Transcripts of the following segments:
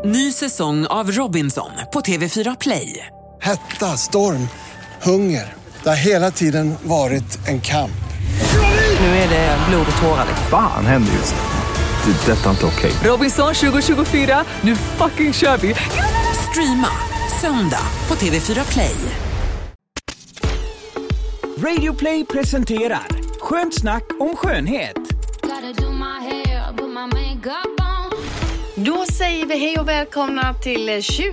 Ny säsong av Robinson på TV4 Play. Hetta, storm, hunger. Det har hela tiden varit en kamp. Nu är det blod och tårar. Fan händer just nu. Det. Detta är inte okej. Robinson 2024, nu fucking kör vi. Streama söndag på TV4 Play. Radio Play presenterar Skönt snack om skönhet. Då säger vi hej och välkomna till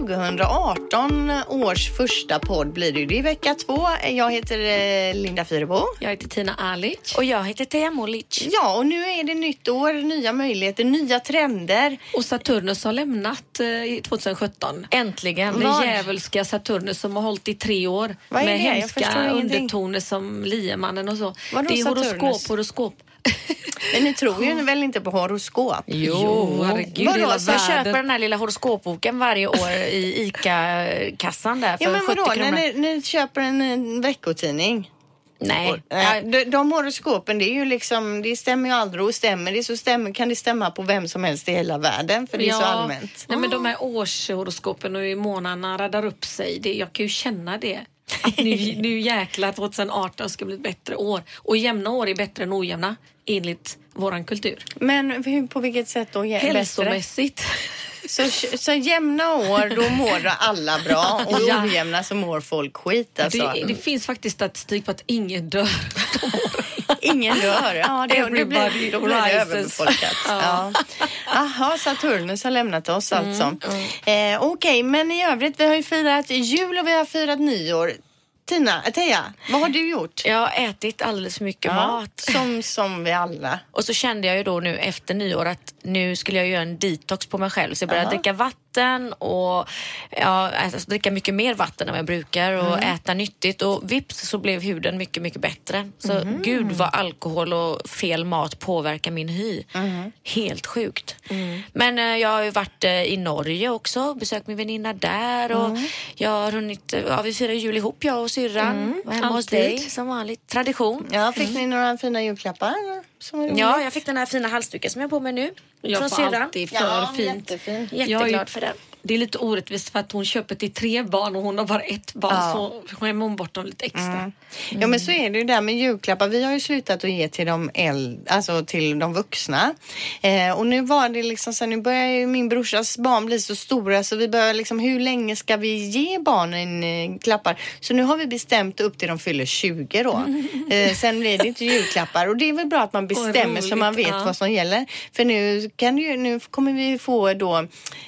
2018 års första podd blir det. Det är vecka 2. Jag heter Linda Fyrebo. Jag heter Tina Alic. Och jag heter Teija Molic. Ja, och nu är det nytt år, nya möjligheter, nya trender. Och Saturnus har lämnat 2017. Äntligen. Den djävulska Saturnus som har hållit i 3 år. Vad är med det? hemska undertoner som Liemannen och så. Vadå det är Saturnus? horoskop. Men ni tror ju väl inte på horoskop? Jo, herregud. Vadå, så jag köper den här lilla horoskopboken varje år i ICA-kassan där för ja, men 70 vadå, kronor. när ni köper en veckotidning? Nej. De horoskopen, det är ju liksom, det stämmer ju aldrig och stämmer det så kan det stämma på vem som helst i hela världen för det är så allmänt. Nej, men de här årshoroskopen och i månaderna radar upp sig. Jag kan ju känna det. Att nu jäklar 2018 ska bli ett bättre år. Och jämna år är bättre än ojämna enligt våran kultur. Men på vilket sätt då? Hälsomässigt. Så jämna år, då mår alla bra. Och ojämna så mår folk skit. Alltså. Det finns faktiskt statistik på att ingen dör. Ingen dör. Ja, då blir det överbefolkat. Ja. Jaha, Saturnus har lämnat oss alltså. Okej, men i övrigt, vi har ju firat jul och vi har firat nyår. Teija, vad har du gjort? Jag har ätit alldeles för mycket mat. Som vi alla. Och så kände jag ju då nu efter nyår att nu skulle jag göra en detox på mig själv. Så jag började dricka vatten och dricka mycket mer vatten än vad jag brukar och äta nyttigt. Och vips så blev huden mycket, mycket bättre. Så gud vad alkohol och fel mat påverkar min hy. Helt sjukt. Men jag har ju varit i Norge också. Besökt min väninna där. Och jag har hunnit, vi firar jul ihop, jag och syrran. Var hemma hos dig som vanligt. Tradition. Ja, fick ni några fina julklappar? Ja, jag fick den här fina halsduken som jag har på mig nu. Jag får alltid för fint. Jätteglad för det. Det är lite orättvist för att hon köper till 3 barn och hon har bara 1 barn så skämmer hon bort dem lite extra. Ja, men så är det ju där med julklappar. Vi har ju slutat att ge till de alltså till de vuxna. Och nu var det liksom så nu börjar ju min brorsas barn bli så stora så vi börjar liksom, hur länge ska vi ge barnen klappar? Så nu har vi bestämt upp till de fyller 20 då. Sen blir det inte julklappar och det är väl bra att man bestämmer så man vet vad som gäller. För nu kommer vi få då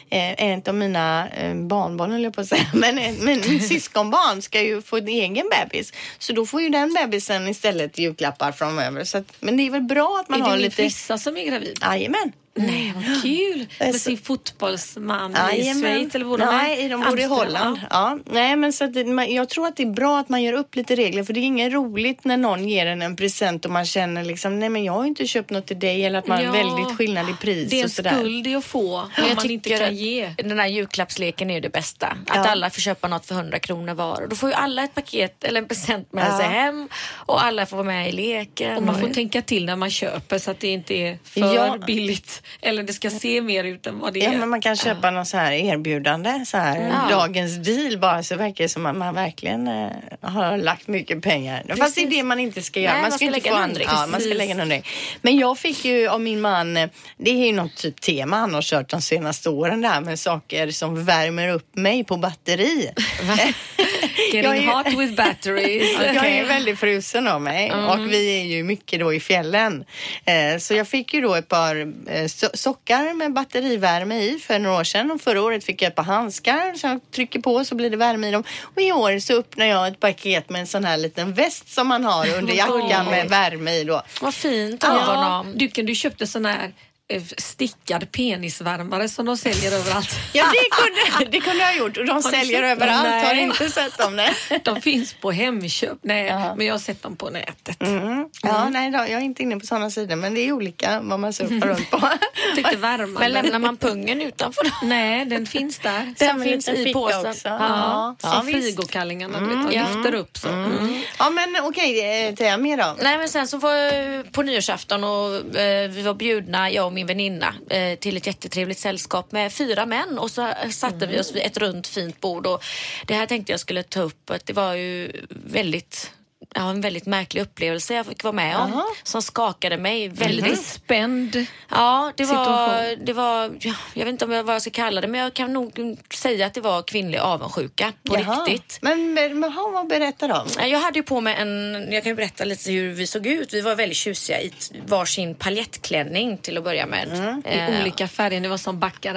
en av mina barnbarn eller på att säga. Men syskonbarn ska ju få en egen bebis. Så då får ju den bebisen istället julklappar framöver. Så men det är väl bra att man har lite... Är det min frissa som är gravid? Jajamän. Nej, vad kul. Med sin fotbollsman i Schweiz eller vad de är. Nej, de bor i Holland. Ja. Nej, men så att jag tror att det är bra att man gör upp lite regler. För det är inget roligt när någon ger en present och man känner liksom, nej men jag har inte köpt något till dig. Eller att man har väldigt skillnad i pris. Det är en och sådär. skuld att få om man inte kan ge. Den här julklappsleken är ju det bästa. Att alla får köpa något för 100 kronor var. Och då får ju alla ett paket eller en present med sig hem. Och alla får vara med i leken. Och man får tänka till när man köper så att det inte är för billigt. Eller det ska se mer ut än vad det är. Ja, men man kan köpa någon så här erbjudande. Så här dagens deal bara så verkar det som att man verkligen har lagt mycket pengar. Precis. Fast det är det man inte ska göra. Nej, man ska inte få andra. Ja, man ska lägga en 100. Men jag fick ju av min man, det är ju något typ tema han har kört de senaste åren där med saker som värmer upp mig på batteri. Getting hot with batteries. Jag är väldigt frusen av mig och vi är ju mycket då i fjällen. Så jag fick ju då ett par sockar med batterivärme i för några år sedan och förra året fick jag ett par handskar så jag trycker på så blir det värme i dem. Och i år så öppnar jag ett paket med en sån här liten väst som man har under jackan med värme i då. Vad fint av honom. Du köpte sån här stickad penisvärmare som de säljer överallt. Ja, det kunde jag ha gjort. Och de säljer överallt. Nej. Har inte sett dem, nej. De finns på Hemköp. Nej, men jag har sett dem på nätet. Ja, nej då, jag är inte inne på sådana sidor. Men det är olika vad man surfar runt på. Tyckte värmande. Men lämnar man pungen utanför? Nej, den finns där. Den finns i påsen. Också. Ja, som frigokallingarna lyfter upp så. Ja, men okej, Teija, mer då? Nej, men sen så var jag på nyårsafton och vi var bjudna, jag och min min väninna till ett jättetrevligt sällskap med 4 män och så satte vi oss vid ett runt fint bord och det här tänkte jag skulle ta upp att det var ju en väldigt märklig upplevelse jag fick vara med om som skakade mig väldigt spänd. Ja, det var jag vet inte vad jag ska kalla det, men jag kan nog säga att det var kvinnlig avundsjuka på riktigt. Men vad berättar de? Jag hade ju på mig jag kan ju berätta lite hur vi såg ut. Vi var väldigt tjusiga i varsin paljettklänning till att börja med. I olika färger, det var som backare.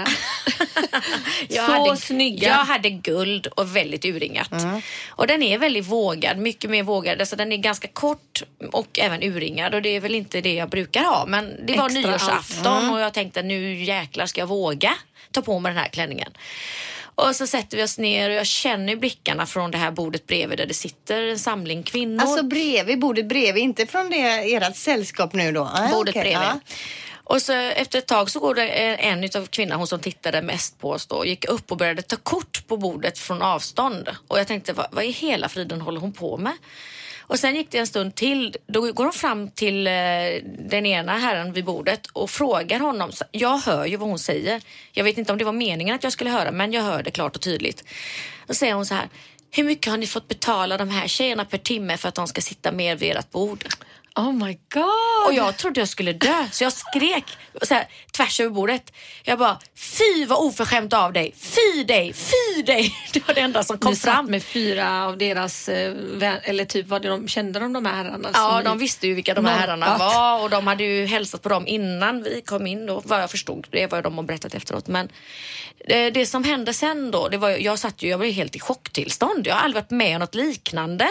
Snygga. Jag hade guld och väldigt urringat. Och den är väldigt vågad, mycket mer vågad. Alltså den är ganska kort och även urringad och det är väl inte det jag brukar ha, men det var nyårsafton och jag tänkte nu jäklar ska jag våga ta på mig den här klänningen. Och så sätter vi oss ner och jag känner blickarna från det här bordet bredvid där det sitter en samling kvinnor. Alltså bordet bredvid, inte från ert sällskap nu då? Bordet bredvid. Ja. Och så efter ett tag så går det en utav kvinnan, hon som tittade mest på oss då, gick upp och började ta kort på bordet från avstånd. Och jag tänkte, vad i hela friden håller hon på med? Och sen gick det en stund till, då går hon fram till den ena herren vid bordet och frågar honom. Jag hör ju vad hon säger. Jag vet inte om det var meningen att jag skulle höra, men jag hör det klart och tydligt. Då säger hon så här: hur mycket har ni fått betala de här tjejerna per timme för att de ska sitta mer vid ert bord? Oh my god. Och jag trodde jag skulle dö. Så jag skrek så här, tvärs över bordet. Jag bara, fy vad oförskämt av dig. Fy dig. Det var det enda som kom ni fram. Satt med 4 av deras eller typ kände de här herrarna? Ja, de visste ju vilka de här herrarna var. Och de hade ju hälsat på dem innan vi kom in då. Vad jag förstod, det var de har berättat efteråt. Men det som hände sen då, det var, jag var ju helt i chocktillstånd. Jag har aldrig varit med om något liknande.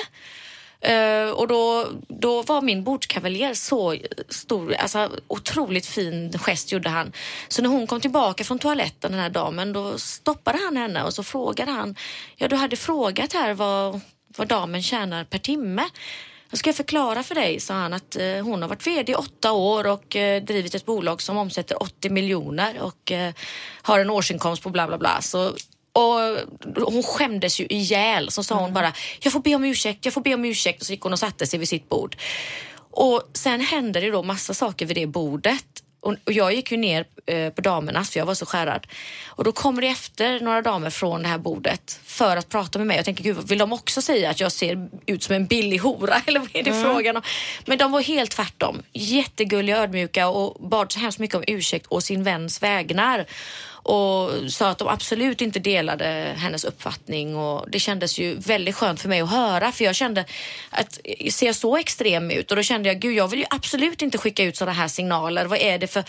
Och då var min bordskavaljer så stor, alltså otroligt fin gest gjorde han. Så när hon kom tillbaka från toaletten, den här damen, då stoppade han henne och så frågade han: ja, du hade frågat här vad damen tjänar per timme. Jag ska förklara för dig, sa han, att hon har varit vd i 8 år och drivit ett bolag som omsätter 80 miljoner och har en årsinkomst på bla bla bla. Och hon skämdes ju ihjäl. Så sa hon bara, jag får be om ursäkt. Och så gick hon och satte sig vid sitt bord. Och sen hände det då massa saker vid det bordet. Och jag gick ju ner på damernas för jag var så skärrad. Och då kommer det efter några damer från det här bordet för att prata med mig. Jag tänker, gud, vill de också säga att jag ser ut som en billig hora? Eller vad är det frågan om? Men de var helt tvärtom. Jättegulliga, ödmjuka och bad så hemskt mycket om ursäkt och sin väns vägnar. Och sa att de absolut inte delade hennes uppfattning. Och det kändes ju väldigt skönt för mig att höra. För jag kände att jag ser så extrem ut. Och då kände jag, gud, jag vill ju absolut inte skicka ut sådana här signaler. Vad är det för...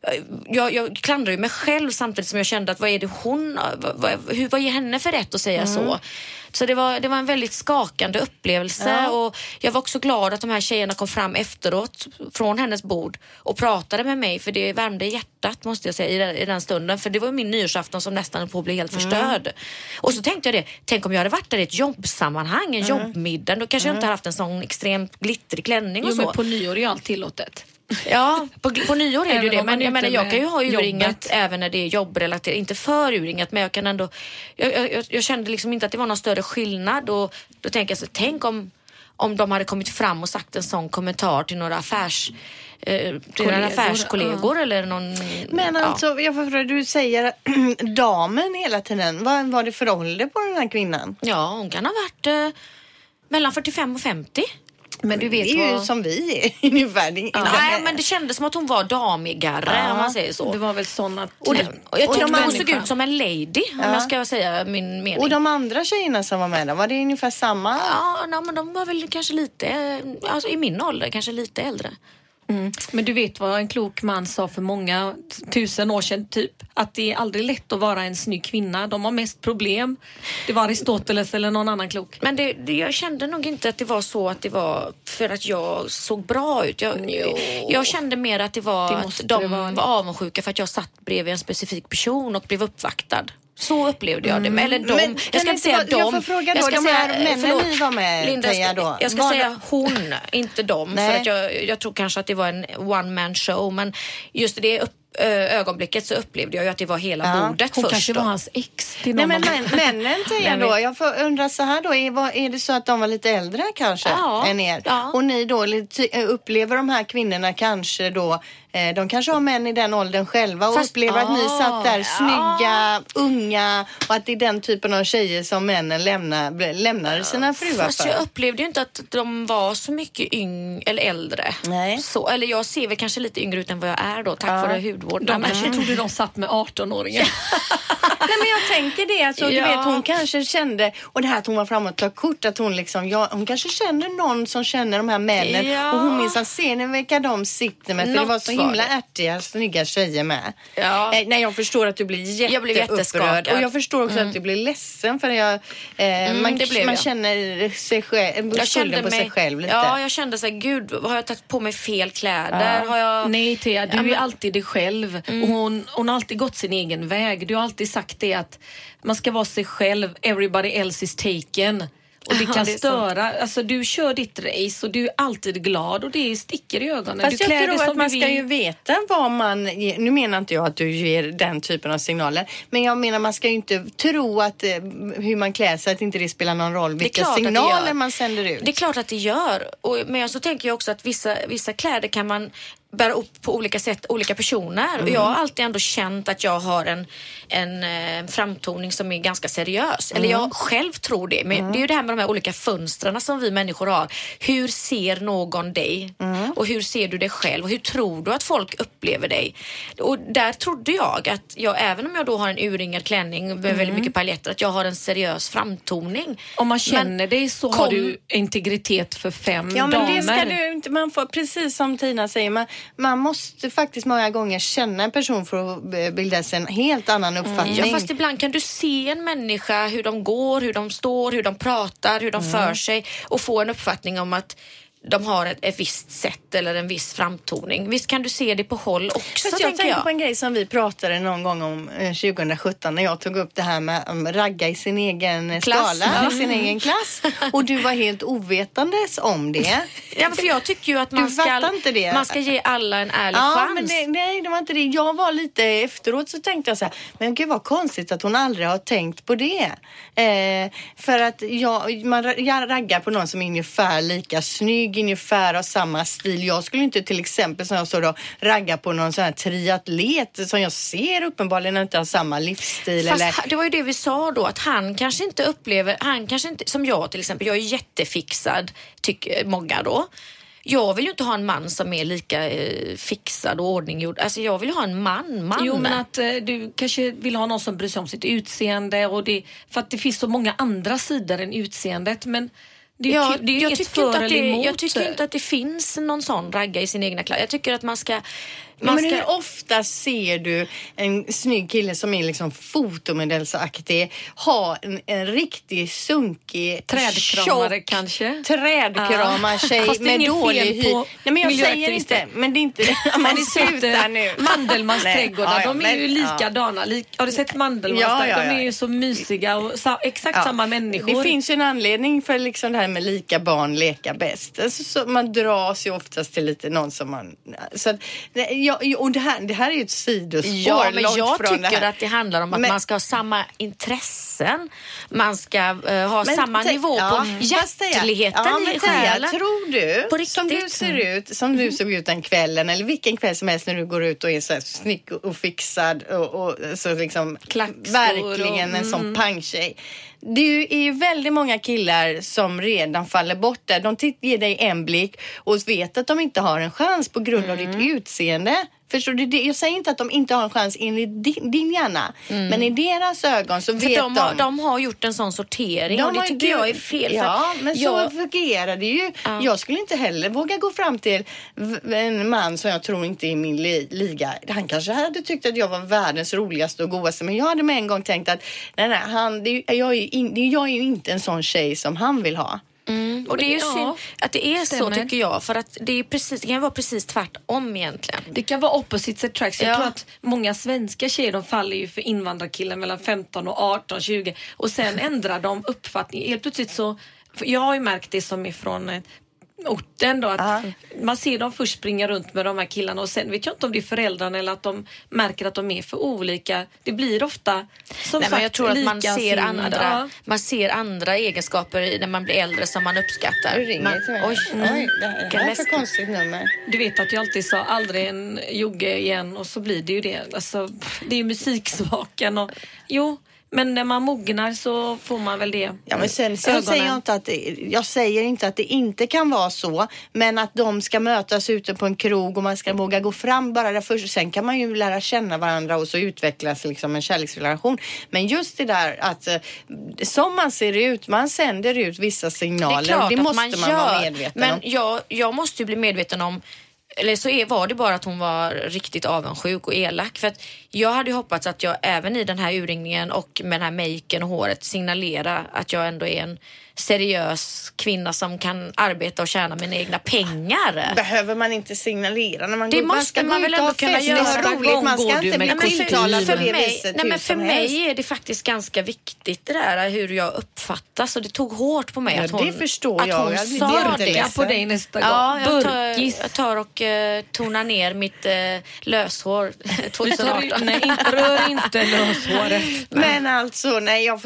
Jag klandrar ju mig själv samtidigt som jag kände att vad är det hon... Vad ger henne för rätt att säga så? Så det var en väldigt skakande upplevelse. Ja. Och jag var också glad att de här tjejerna kom fram efteråt från hennes bord och pratade med mig, för det värmde hjärtat, måste jag säga, i den stunden. För det var min nyårsafton som nästan på att bli helt förstörd. Och så tänkte jag tänk om jag hade varit där i ett jobbsammanhang, en jobbmiddag, då kanske jag inte haft en sån extremt glittrig klänning och så. Men på nyår är ju allt tillåtet. Ja, på nyår är det ju det. Men jag menar, jag kan ju ha urringat jobbet även när det är jobbrelaterat. Inte för urringat, men jag kan ändå... Jag kände liksom inte att det var någon större skillnad. Och då tänker jag så, tänk om de hade kommit fram och sagt en sån kommentar till några affärskollegor eller någon... Men alltså, jag får fråga, du säger damen hela tiden. Vad var det för ålder på den här kvinnan? Ja, hon kan ha varit mellan 45 och 50. Men du vet det är ju som vi är ungefär. Nej, men det kändes som att hon var damigare, om man säger så. Det var väl sån att... Och jag tyckte hon såg ut som en lady, om jag ska säga min mening. Och de andra tjejerna som var med där, var det ungefär samma? Ja, men de var väl kanske lite, alltså i min ålder, kanske lite äldre. Men du vet vad en klok man sa för många 1000 år sedan typ, att det är aldrig lätt att vara en snygg kvinna, de har mest problem. Det var Aristoteles eller någon annan klok. Men jag kände nog inte att det var så att det var för att jag såg bra ut. Jag kände mer att det var att de var avundsjuka för att jag satt bredvid en specifik person och blev uppvaktad. Så upplevde jag det. Eller de. Jag ska inte säga de. Jag får fråga då, de här männen ni var med, Linda, jag ska säga hon, inte de. Nej. För att jag tror kanske att det var en one-man show. Men just i det ögonblicket så upplevde jag ju att det var hela bordet hon först. kanske var hans ex. Nej, men männen säger då. Jag får undra så här då. Är det så att de var lite äldre kanske än er? Ja. Och ni då upplever de här kvinnorna kanske då de kanske har män i den åldern själva och upplever att ni satt där snygga, unga och att det är den typen av tjejer som männen lämnar sina fruar Fast för. jag upplevde ju inte att de var så mycket eller äldre. Nej. Så, eller jag ser väl kanske lite yngre ut än vad jag är då, tack vare hudvård. De kanske trodde de satt med 18-åringar. Nej, men jag tänker det. Alltså, du vet, hon kanske kände, och det här att hon var framme och tog kort, att hon liksom, hon kanske känner någon som känner de här männen. Ja. Och hon minns att scenen vilka de sitter med, för det var så himla ärtiga, snygga tjejer med. Ja. Nej, jag förstår att du blir Jag blev jätteupprörd. Och jag förstår också att du blir ledsen, för man känner sig själv, skulden på sig själv lite. Ja, jag kände så här, gud, har jag tagit på mig fel kläder? Har jag... Nej, Thea, du är alltid dig själv. Och hon har alltid gått sin egen väg. Du har alltid sagt det att man ska vara sig själv. Everybody else is taken. Och det kan störa. Alltså, du kör ditt race och du är alltid glad och det sticker i ögonen. Fast du jag tror som att man ska ju veta vad man... Nu menar inte jag att du ger den typen av signaler. Men jag menar man ska ju inte tro att hur man klär sig, att inte det spelar någon roll vilka signaler man sänder ut. Det är klart att det gör. Men så tänker jag också att vissa kläder kan man bära upp på olika sätt, olika personer. Och jag har alltid ändå känt att jag har en framtoning som är ganska seriös. Eller jag själv tror det. Men det är ju det här med de här olika fönstren som vi människor har. Hur ser någon dig? Och hur ser du dig själv? Och hur tror du att folk upplever dig? Och där trodde jag att även om jag då har en urringad klänning med väldigt mycket paljetter, att jag har en seriös framtoning. Om man känner dig så har du integritet för 5 damer. Ja, men det ska du inte. Man får, precis som Tina säger, man måste faktiskt många gånger känna en person för att bilda sig en helt annan uppfattning. Ja, fast ibland kan du se en människa, hur de går, hur de står, hur de pratar, hur de för sig och få en uppfattning om att de har ett visst sätt eller en viss framtoning. Visst kan du se det på håll också, jag tänker på en grej som vi pratade någon gång om 2017 när jag tog upp det här med ragga i sin egen skala, i sin egen klass. Och du var helt ovetandes om det. Ja, för jag tycker ju att man ska ge alla en ärlig chans. Men nej, det var inte det. Jag var lite efteråt så tänkte jag så här, men gud vad konstigt att hon aldrig har tänkt på det. För att jag raggar på någon som är ungefär lika snygg, ungefär av samma stil. Jag skulle inte till exempel som jag så då ragga på någon sån här triatlet som jag ser uppenbarligen inte har samma livsstil. Fast det var ju det vi sa då, att han kanske inte, som jag till exempel, jag är jättefixad, tycker många då. Jag vill ju inte ha en man som är lika fixad och ordninggjord. Alltså jag vill ha en man. Jo, men att du kanske vill ha någon som bryr sig om sitt utseende och för att det finns så många andra sidor än utseendet, men jag tycker inte att det finns någon sån ragga i sin egna kläder. Jag tycker att man ska... Men hur ofta ser du en snygg kille som är liksom fotomodellsaktig ha en riktig sunkig trädkramare kanske? Trädkramartjej med dålig hy. Nej, men jag säger inte, men det är inte det. Man slutar nu. Mandelmans trädgårdar, de är ju likadana. Har du sett Mandelmans? De är ju så mysiga och exakt samma människor. Det finns ju en anledning för liksom det här med lika barn leka bäst. Alltså, så man dras ju oftast till lite någon som man... Så att, och det här är ju ett sidospår. Ja, men jag tycker att det handlar om att man ska ha samma intressen. Man ska ha samma nivå på hjärtligheten i själen. Tror du, som du såg ut den kvällen, eller vilken kväll som helst när du går ut och är så här snygg och fixad och så liksom verkligen en sån pangtjej. Det är ju väldigt många killar som redan faller bort där. De ger dig en blick och vet att de inte har en chans på grund av ditt utseende. Förstår du? Jag säger inte att de inte har en chans enligt din hjärna. Men i deras ögon så vet de har gjort en sån sortering och det tycker jag är fel. Ja, men så fungerar det ju. Ja. Jag skulle inte heller våga gå fram till en man som jag tror inte är i min liga. Han kanske hade tyckt att jag var världens roligaste och godaste. Men jag hade med en gång tänkt att jag är ju inte en sån tjej som han vill ha. Och det är ju synd att det är så, tycker jag, för att det kan vara precis tvärtom egentligen. Det kan vara opposites attraction. Jag tror att många svenska tjejer, de faller ju för invandrarkillar mellan 15 och 18, 20 och sen ändrar de uppfattning. Helt plötsligt så, för jag har ju märkt det som är från orten då. Att man ser dem först springa runt med de här killarna och sen vet jag inte om det är föräldrarna eller att de märker att de är för olika. Det blir ofta som sagt, men jag tror att man ser Ja. andra egenskaper när man blir äldre som man uppskattar. Du ringer till mig. Oj, det här är för konstigt nummer. Du vet att jag alltid sa aldrig en jogge igen och så blir det ju det. Alltså, det är ju musiksmaken och men när man mognar så får man väl det. Ja, men sen jag säger inte att det inte kan vara så, men att de ska mötas ute på en krog och man ska våga gå fram bara där först. Sen kan man ju lära känna varandra och så utvecklas liksom en kärleksrelation. Men just det där att som man ser ut, man sänder ut vissa signaler. Det måste man vara medveten om. Men jag måste ju bli medveten om, eller så var det bara att hon var riktigt avundsjuk och elak. För att jag hade ju hoppats att jag även i den här urringningen och med den här maken och håret signalera att jag ändå är en seriös kvinna som kan arbeta och tjäna mina egna pengar. Behöver man inte signalera när man det går? Måste man väl ändå kunna göra. Det är roligt, man ska inte bli tilltalad för det viset. Nej, men för mig är det faktiskt ganska viktigt det där hur jag uppfattas, och det tog hårt på mig att hon, det förstår att hon sa det på dig nästa gång. Ja, jag tar och tonar ner mitt löshår 2018. Nej, rör inte löshåret. Men alltså,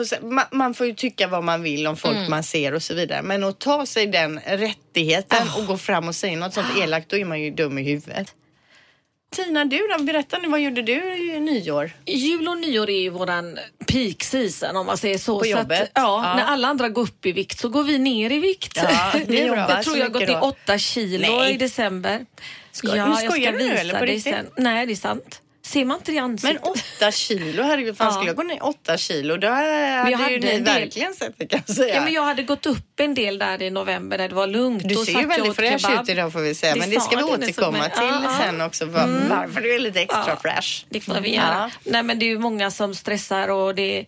man får ju tycka vad man vill om folk man ser och så vidare. Men att ta sig den rättigheten och gå fram och säga något sånt elakt, då är man ju dum i huvudet. Tina, du då? Berätta nu, vad gjorde du i nyår? Jul och nyår är ju våran peak season, om man säger så. På jobbet? Att, när alla andra går upp i vikt så går vi ner i vikt. Ja, det är bra. Jag tror jag har gått i 8 kilo i december. Jag ska visa dig sen. Nej, det är sant. Ser man inte det i ansiktet? Men 8 kilo, herregud, fan skulle jag gå ner 8 kilo? Då hade ju ni verkligen sett det, kan jag säga. Ja, men jag hade gått upp en del där i november när det var lugnt. Du ser ju väldigt fräsch ut idag, får vi säga. Men det ska vi återkomma till sen också. Varför du är lite extra fräsch. Det får vi göra. Nej, men det är ju många som stressar och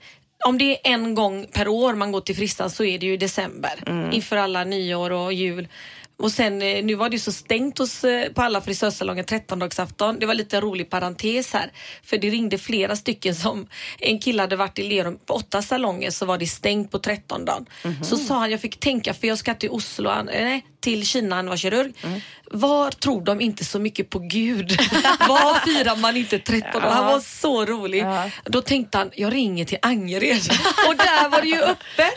om det är en gång per år man går till frissan så är det ju i december. Inför alla nyår och jul. Och sen, nu var det ju så stängt på alla frisörsalonger 13-dagsafton. Det var lite en rolig parentes här. För det ringde flera stycken som en kille hade varit i Lerum på 8 salonger, så var det stängt på 13-dagen. Så sa han, jag fick tänka, för jag ska till Oslo, till Kina, han var kirurg. Var tror de inte så mycket på Gud? Var firar man inte 13 år? Han var så rolig. Då tänkte han, jag ringer till Angered. Och där var det ju öppet.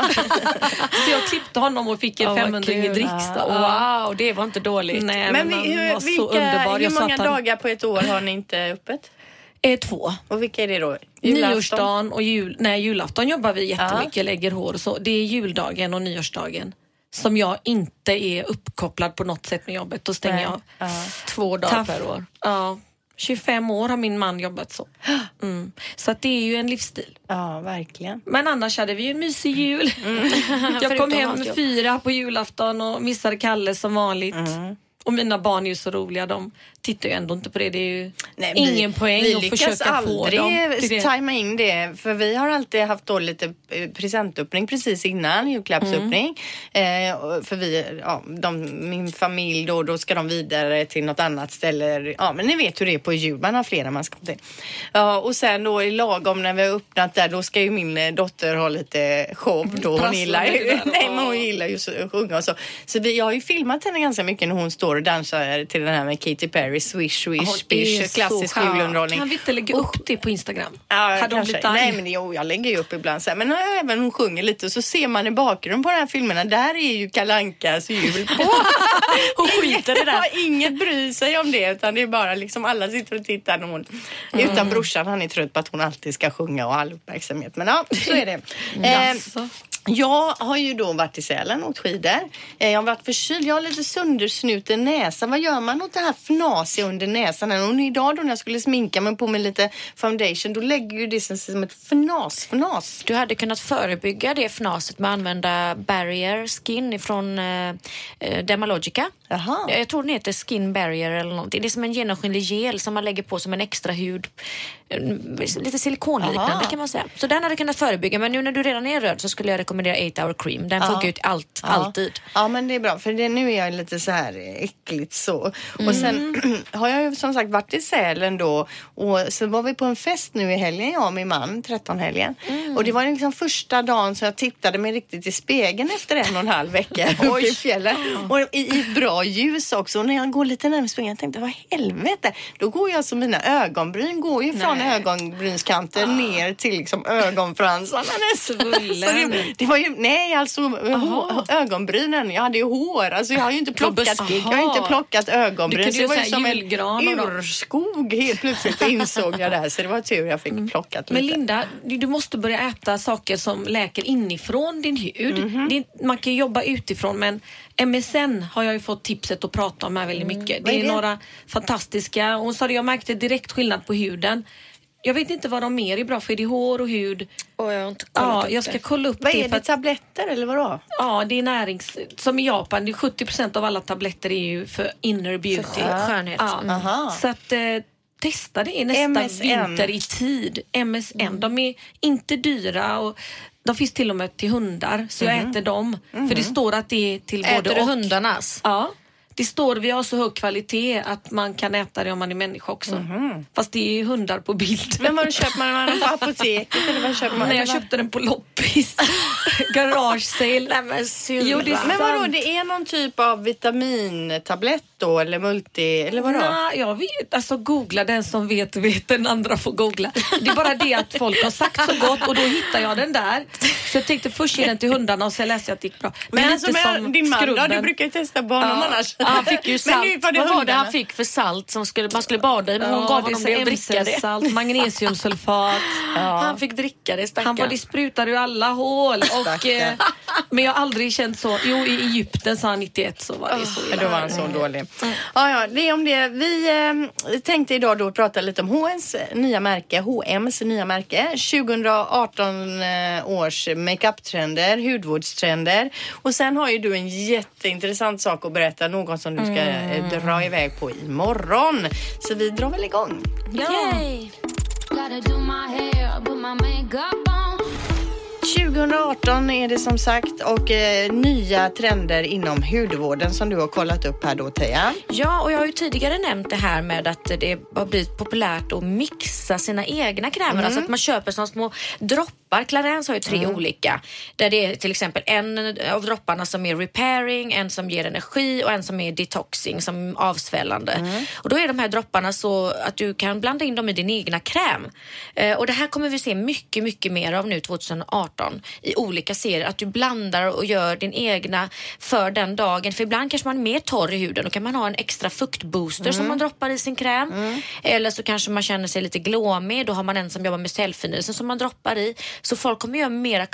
Så jag klippte honom och fick en 500 i dricks. Wow, det var inte dåligt. Nej, men var så underbar. Hur många dagar på ett år har ni inte öppet? 2. Och vilka är det då? Nyårsdagen och julafton jobbar vi jättemycket, lägger hår och så. Det är juldagen och nyårsdagen som jag inte är uppkopplad på något sätt med jobbet. Då stänger jag 2 dagar per år. Ja, 25 år har min man jobbat så. Så att det är ju en livsstil. Ja, verkligen. Men annars hade vi ju en mysig jul. Jag kom hem 4 på julafton och missade Kalle som vanligt. Och mina barn är ju så roliga, de tittar ju ändå inte på det. Det är ju ingen poäng att försöka få dem. Vi lyckas tajma in det, för vi har alltid haft då lite presentöppning precis innan julklappsöppning. För min familj då ska de vidare till något annat ställe. Ja, men ni vet hur det är på jul, man har flera man ska till. Ja, och sen då i lagom när vi har öppnat där, då ska ju min dotter ha lite show då. Hon gillar ju att sjunga och så. Så jag har ju filmat henne ganska mycket när hon står och dansar till den här med Katy Perry, Swish, Swish, Bish, klassisk julunderhållning. Kan vi inte lägga upp det på Instagram? Ja, kanske. Nej, men jag lägger ju upp ibland så här. Men även hon sjunger lite och så ser man i bakgrunden på de här filmerna, där är ju Kalle Ankas jul på. Hon skiter i det. Inget bryr sig om det, utan det är bara liksom alla sitter och tittar när hon, utan brorsan, han är trött på att hon alltid ska sjunga och all uppmärksamhet. Men ja, så är det. Jag har ju då varit i Sälen och åkt skidor. Jag har varit förkyld. Jag har lite söndersnuten näsa. Vad gör man åt det här fnasiga under näsan? Och idag då när jag skulle sminka mig på med lite foundation, då lägger ju det som ett fnas. Du hade kunnat förebygga det fnaset med att använda Barrier Skin från Dermalogica. Jaha. Jag tror den heter Skin Barrier eller någonting. Det är som en genomskinlig gel som man lägger på som en extra hud lite silikonliknande kan man säga. Så den hade kunnat förebygga, men nu när du redan är röd så skulle jag rekommendera 8 Hour Cream. Den funkar ut alltid. Ja, men det är bra, för nu är jag lite så här äckligt så. Och sen har jag ju som sagt varit i Sälen då, och så var vi på en fest nu i helgen, jag och min man, 13-helgen. Och det var liksom första dagen så jag tittade mig riktigt i spegeln efter 1,5 vecka uppe i fjällen. Och i bra ljus också. Och när jag går lite närmare spegeln tänkte jag, vad helvete? Då går jag som mina ögonbryn går ju från ögonbrynskanten ner till liksom ögonfransarna nästan. Det var ju, ögonbrynen. Jag hade ju hår. Alltså jag har ju inte plockat ögonbryn. Det var ju som en urskog helt plötsligt, insåg jag där. Så det var tur jag fick plockat lite. Men Linda, du måste börja äta saker som läker inifrån din hud. Man kan jobba utifrån, men MSN har jag ju fått tipset att prata om här väldigt mycket. Det är några fantastiska. Hon sa det, jag märkte direkt skillnad på huden. Jag vet inte vad de mer är bra för. Det är hår och hud. Jag har inte kollat upp jag ska kolla upp vad det. Vad är det, tabletter eller vadå? Ja, det är som i Japan. Det är 70% av alla tabletter är ju för inner beauty. För skönhet. Ja. Så att testa det nästa vinter i tid. MSN. De är inte dyra och de finns till och med till hundar. Så jag äter dem. För det står att det är till både och. Äter du hundarnas? Ja. Det står vi har så hög kvalitet att man kan äta det om man är människa också. Fast det är ju hundar på bild. Men vad köper man den på apoteket? Eller vad köper man? Nej, jag köpte den på loppis. Garage sale. Men vadå, det är någon typ av vitamintablett då? Eller multi? Eller vadå? Nej, jag vet. Alltså googla, den som vet, den andra får googla. Det är bara det att folk har sagt så gott och då hittar jag den där. Så jag tänkte först ge den till hundarna och sen läste jag att det gick bra. Men alltså med din man då, du brukar ju testa på honom annars. Han fick ju salt. Vad var det han fick för salt som man skulle bada i? Men hon gav honom det och dricka det. Salt, magnesiumsulfat. Han fick dricka det, stackarn. Han var, det sprutade ju alla hål. Och, men jag har aldrig känt så. Jo, i Egypten sa han 91 så var det så. Då var han så dålig. Ja, det är om det. Vi tänkte idag då prata lite om H&M's nya märke. 2018 års makeup-trender, hudvårdstrender. Och sen har ju du en jätteintressant sak att berätta. Någon som du ska dra iväg på imorgon. Så vi drar väl igång. Yay! 2018 är det som sagt och nya trender inom hudvården som du har kollat upp här då, Teija. Ja, och jag har ju tidigare nämnt det här med att det har blivit populärt att mixa sina egna krämer. Alltså att man köper såna små droppar. Clarins har ju 3 olika. Där det är till exempel en av dropparna som är repairing, en som ger energi och en som är detoxing, som avsvällande. Och då är de här dropparna så att du kan blanda in dem i din egna kräm. Och det här kommer vi se mycket, mycket mer av nu 2018 i olika serier. Att du blandar och gör din egna för den dagen. För ibland kanske man är mer torr i huden och kan man ha en extra fuktbooster som man droppar i sin kräm. Eller så kanske man känner sig lite glåmig. Då har man en som jobbar med cellförnyelse som man droppar i. Så folk kommer göra mera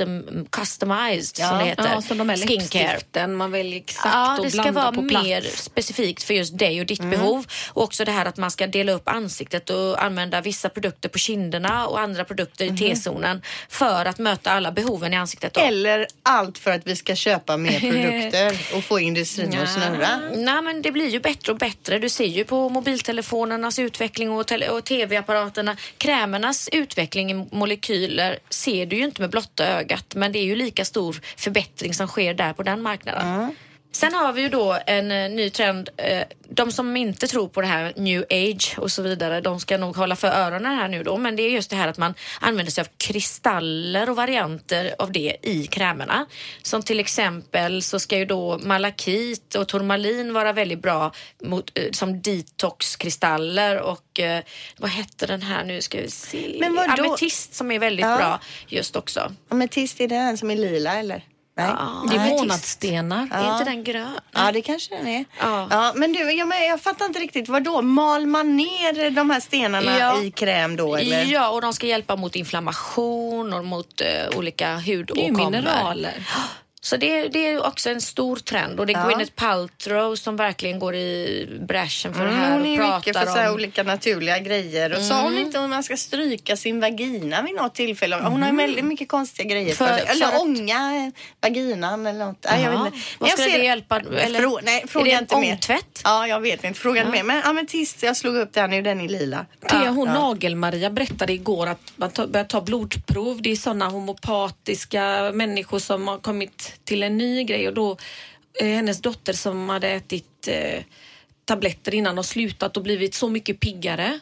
customized som det heter. Ja, som de är läppstiften. Man väljer exakt och det ska vara mer specifikt för just dig och ditt behov. Och också det här att man ska dela upp ansiktet och använda vissa produkter på kinderna och andra produkter i T-zonen för att möta alla behoven i ansiktet. Då. Eller allt för att vi ska köpa mer produkter och få industrin att snurra. Nej, men det blir ju bättre och bättre. Du ser ju på mobiltelefonernas utveckling och tv-apparaterna. Krämernas utveckling i molekyler ser du ju inte med blotta ögat, men det är ju lika stor förbättring som sker där på den marknaden. Sen har vi ju då en ny trend. De som inte tror på det här new age och så vidare, de ska nog hålla för öronen här nu då. Men det är just det här att man använder sig av kristaller och varianter av det i krämerna. Som till exempel så ska ju då malakit och turmalin vara väldigt bra som detoxkristaller. Och vad heter den här nu, ska vi se. Men vadå? Ametist som är väldigt bra just också. Ametist, är det den som är lila eller? Nej. Det är månadsstenar. Är inte den grön? Ja, det kanske den är. Ja, men du, jag fattar inte riktigt. Vadå? Mal man ner de här stenarna i kräm då? Eller? Ja, och de ska hjälpa mot inflammation och mot olika hudåkommor. Det är mineraler. Så det är också en stor trend. Och det är Gwyneth Paltrow som verkligen går i bräschen för det här. Hon är och mycket för så här olika naturliga grejer. Och sa hon inte om man ska stryka sin vagina vid något tillfälle. Hon har väldigt mycket konstiga grejer för eller ånga vaginan eller något. Jag vet inte. Vad skulle det hjälpa? Eller, nej, fråga inte mer. Ångtvätt? Ja, jag vet inte. Fråga mer. Men ametist, jag slog upp den nu, den är lila. Hon Nagel-Maria berättade igår att man börjar ta blodprov. Det är sådana homopatiska människor som har kommit till en ny grej. Och då hennes dotter som hade ätit tabletter innan och slutat och blivit så mycket piggare.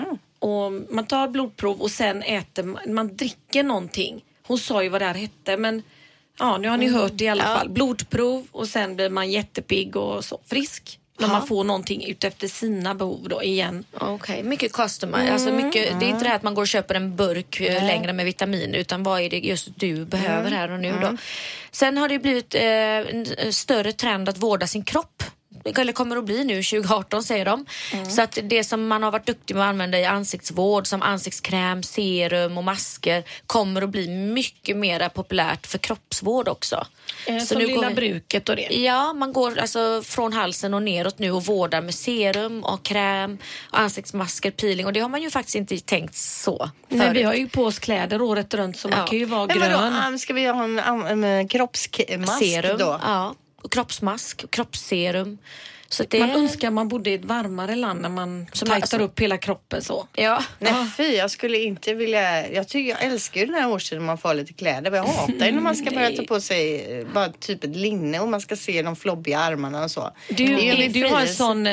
Och man tar blodprov och sen man dricker någonting. Hon sa ju vad det här hette, men ja, nu har ni hört det i alla fall. Blodprov och sen blir man jättepigg och så frisk. När man får någonting ut efter sina behov då igen. Okej, mycket customer. Alltså mycket, det är inte det här att man går och köper en burk längre med vitamin, utan vad är det just du behöver här och nu då. Sen har det blivit en större trend att vårda sin kropp. Eller kommer att bli nu 2018 säger de. Så att det som man har varit duktig med att använda i ansiktsvård som ansiktskräm, serum och masker kommer att bli mycket mer populärt för kroppsvård också. Så nu lilla bruket och det. Ja, man går alltså från halsen och neråt nu och vårdar med serum och kräm och ansiktsmasker, peeling, och det har man ju faktiskt inte tänkt så. Nej, vi har ju på oss kläder året runt så man kan ju vara grön. Vadå, ska vi ha en kroppsmask serum, då? Ja. Och kroppsmask och kroppsserum. Så det man önskar man bodde i ett varmare land när man tajtar upp hela kroppen så. Ja. Nej fy, jag skulle inte vilja. Jag älskar ju den här årstiden när man får lite kläder. Jag hatar ju när man ska börja ta på sig bara typ ett linne och man ska se de flobbiga armarna och så. Du har en sån,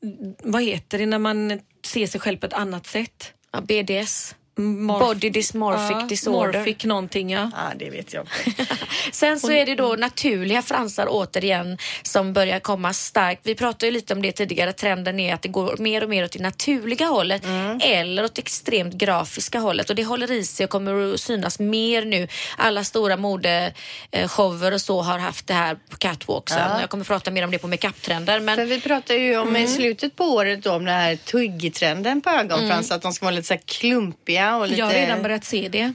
vad heter det när man ser sig själv på ett annat sätt? Ja, BDS. Body dysmorphic disorder. Morphic någonting, ja. Ja, det vet jag inte. Sen så är det då naturliga fransar återigen som börjar komma starkt. Vi pratade ju lite om det tidigare. Trenden är att det går mer och mer åt det naturliga hållet eller åt extremt grafiska hållet. Och det håller i sig och kommer att synas mer nu. Alla stora modeshower och så har haft det här på catwalksen. Jag kommer att prata mer om det på makeup-trender. Men... För vi pratade ju om i slutet på året då, om den här tugg-trenden på ögonfransar. Att de ska vara lite så här klumpiga. Och lite... Jag har redan börjat se det.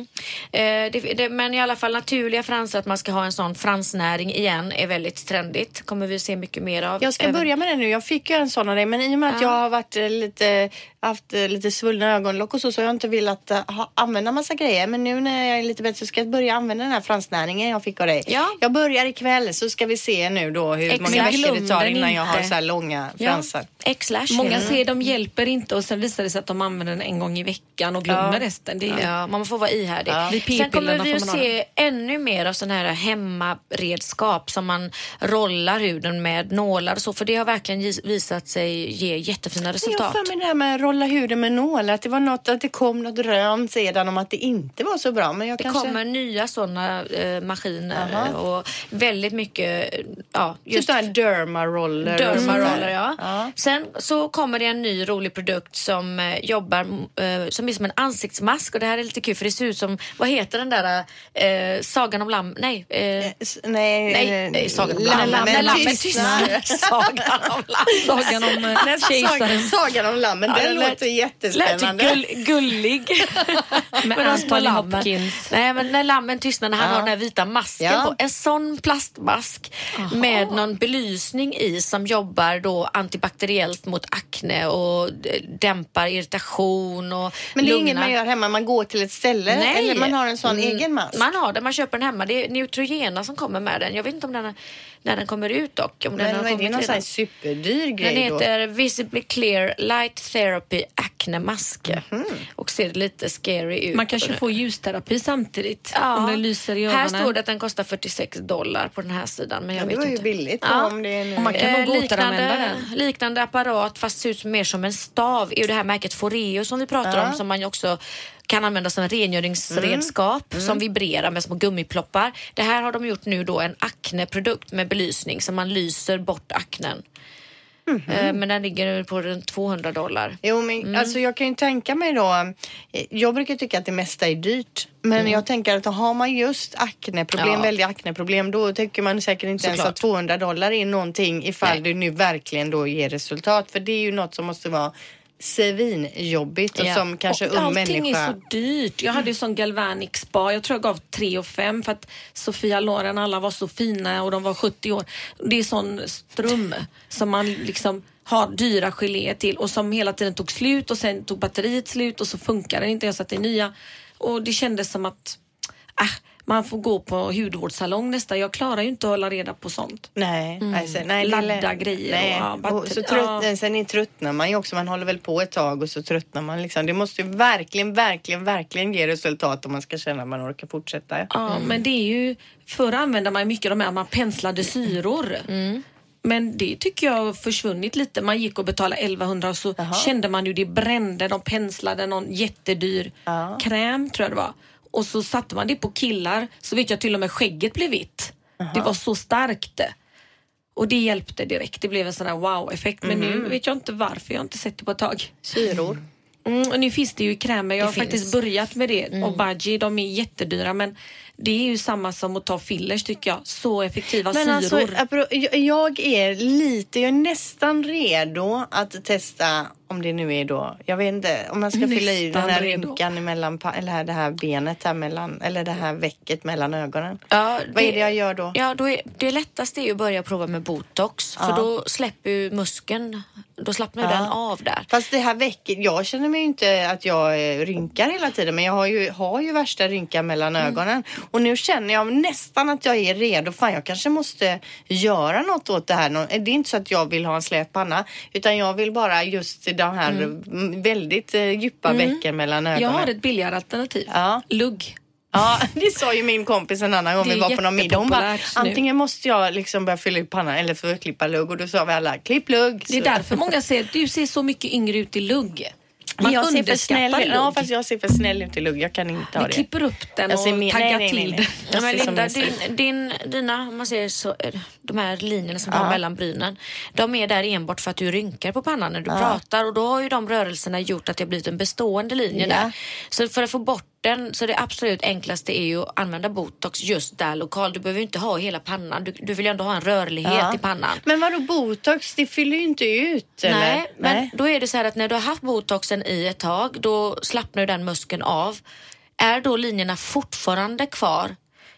Men i alla fall naturliga fransar, att man ska ha en sån fransnäring igen, är väldigt trendigt. Kommer vi se mycket mer av. Jag ska börja med det nu. Jag fick ju en sån av dig, men i och med att jag har varit haft lite svullna ögonlock och så har jag inte velat använda massa grejer. Men nu när jag är lite bättre så ska jag börja använda den här fransnäringen jag fick av dig. Ja. Jag börjar ikväll så ska vi se nu då hur många veckor det tar innan jag har så här långa fransar. Många ser de hjälper inte och sen visar det sig att de använder den en gång i veckan och glömmer resten. Det är... man får vara ihärdig. Sen kommer vi att se ännu mer av sådana här hemmaredskap som man rollar huden med nålar och så, för det har verkligen visat sig ge jättefina resultat. Jag för mig det här med rolla huden med nålar, att det var något, att det kom något rön sedan om att det inte var så bra, men det kommer nya sådana maskiner och väldigt mycket just det här dermaroller. Ja. Sen så kommer det en ny rolig produkt som jobbar som är som en ansiktsmask, och det här är lite kul för det ser ut som, vad heter den där Sagan om lammen? Nej, Sagan om lammen. När lammen tystnar. Sagan om lammen. Den låter jättespännande. Gullig. Med Anthony Hopkins. Nej, men när lammen tystnar, när han har den här vita masken på. En sån plastmask med någon belysning i som jobbar då antibakteriellt mot akne och dämpar irritation och men det är inget man gör hemma, man går till ett ställe eller man har en sån egen mask? Man har den, man köper den hemma. Det är Neutrogena som kommer med den. Jag vet inte om den när den kommer ut dock. Om men är det någon sån här superdyr grej då? Den heter Visibly Clear Light Therapy Acne Mask. Och ser lite scary ut. Man kanske får ljusterapi samtidigt om det lyser i ögonen. Här står det att den kostar $46 på den här sidan. Men jag vet det var inte. Ju billigt om det är och man kan nog återanvända den. Liknande apparat fast ser ut mer som en stav är ju det här märket Foreo som vi pratar om, som man ju också kan använda som en rengöringsredskap som vibrerar med små gummiploppar. Det här har de gjort nu då en akneprodukt med belysning så man lyser bort aknen. Men den ligger på runt $200. Jo, men alltså jag kan ju tänka mig då, jag brukar tycka att det mesta är dyrt, men jag tänker att har man just akneproblem, väldigt akneproblem, då tycker man säkert inte ens att $200 är någonting ifall det nu verkligen då ger resultat, för det är ju något som måste vara svinjobbigt och som kanske ung människa. Allting är så dyrt. Jag hade ju sån Galvanic spa. Jag tror jag gav 3 500 för att Sofia Loren, alla var så fina och de var 70 år. Det är sån ström som man liksom har dyra gelé till och som hela tiden tog slut och sen tog batteriet slut och så funkar det inte. Jag satte nya och det kändes som att man får gå på hudvårdssalong nästa. Jag klarar ju inte att hålla reda på sånt. Nej, ladda grejer. Nej. Och så sen tröttnar man ju också. Man håller väl på ett tag och så tröttnar man liksom. Det måste ju verkligen ge resultat om man ska känna att man orkar fortsätta. Ja, men det är ju... Förr använde man mycket de här, man penslade syror. Men det tycker jag har försvunnit lite. Man gick och betalade 1100 och så kände man ju det brände. De penslade någon jättedyr kräm, tror jag det var. Och så satte man det på killar. Så vet jag till och med skägget blev vitt. Det var så starkt. Och det hjälpte direkt. Det blev en sån här wow-effekt. Men nu vet jag inte varför. Jag har inte sett det på ett tag. Syror. Och nu finns det ju krämer. Jag har faktiskt börjat med det. Och Budgie, de är jättedyra. Men det är ju samma som att ta fillers tycker jag. Så effektiva syror. Alltså, jag är nästan redo att testa om det nu är då. Jag vet inte om man ska fylla i den här rynkan emellan, eller det här benet här mellan, eller det här vecket mellan ögonen. Ja, vad är det jag gör då? Ja, då är det lättaste är att börja prova med botox. För då släpper ju muskeln. Då slappnar den av där. Fast det här vecket, jag känner mig ju inte att jag rynkar hela tiden. Men jag har ju värsta rynkan mellan ögonen. Och nu känner jag nästan att jag är redo. Fan, jag kanske måste göra något åt det här. Det är inte så att jag vill ha en slät panna. Utan jag vill bara just de här väldigt djupa vecken mellan ögonen. Jag har ett billigare alternativ. Ja. Lugg. Ja, det sa ju min kompis en annan gång vi var på någon middag. Hon bara, antingen måste jag liksom börja fylla ut pannan eller för att klippa lugg. Och då sa vi alla, klipp lugg. Det är därför många säger, du ser så mycket yngre ut i lugg. Jag ser för snäll ut. Ja, fast jag ser för snäll ut i lugg. Jag kan inte ha det. Vi klipper upp den och taggar till det. Ja, men Linda, dina, om man säger så, de här linjerna som du har mellan brynen, de är där enbart för att du rynkar på pannan när du pratar. Och då har ju de rörelserna gjort att det har blivit en bestående linje där. Så för att få bort den, så det absolut enklaste är ju att använda botox just där lokalt. Du behöver ju inte ha hela pannan. Du vill ju ändå ha en rörlighet i pannan. Men vadå botox? Det fyller ju inte ut. Nej, men då är det så här att när du har haft botoxen i ett tag, då slappnar den muskeln av. Är då linjerna fortfarande kvar,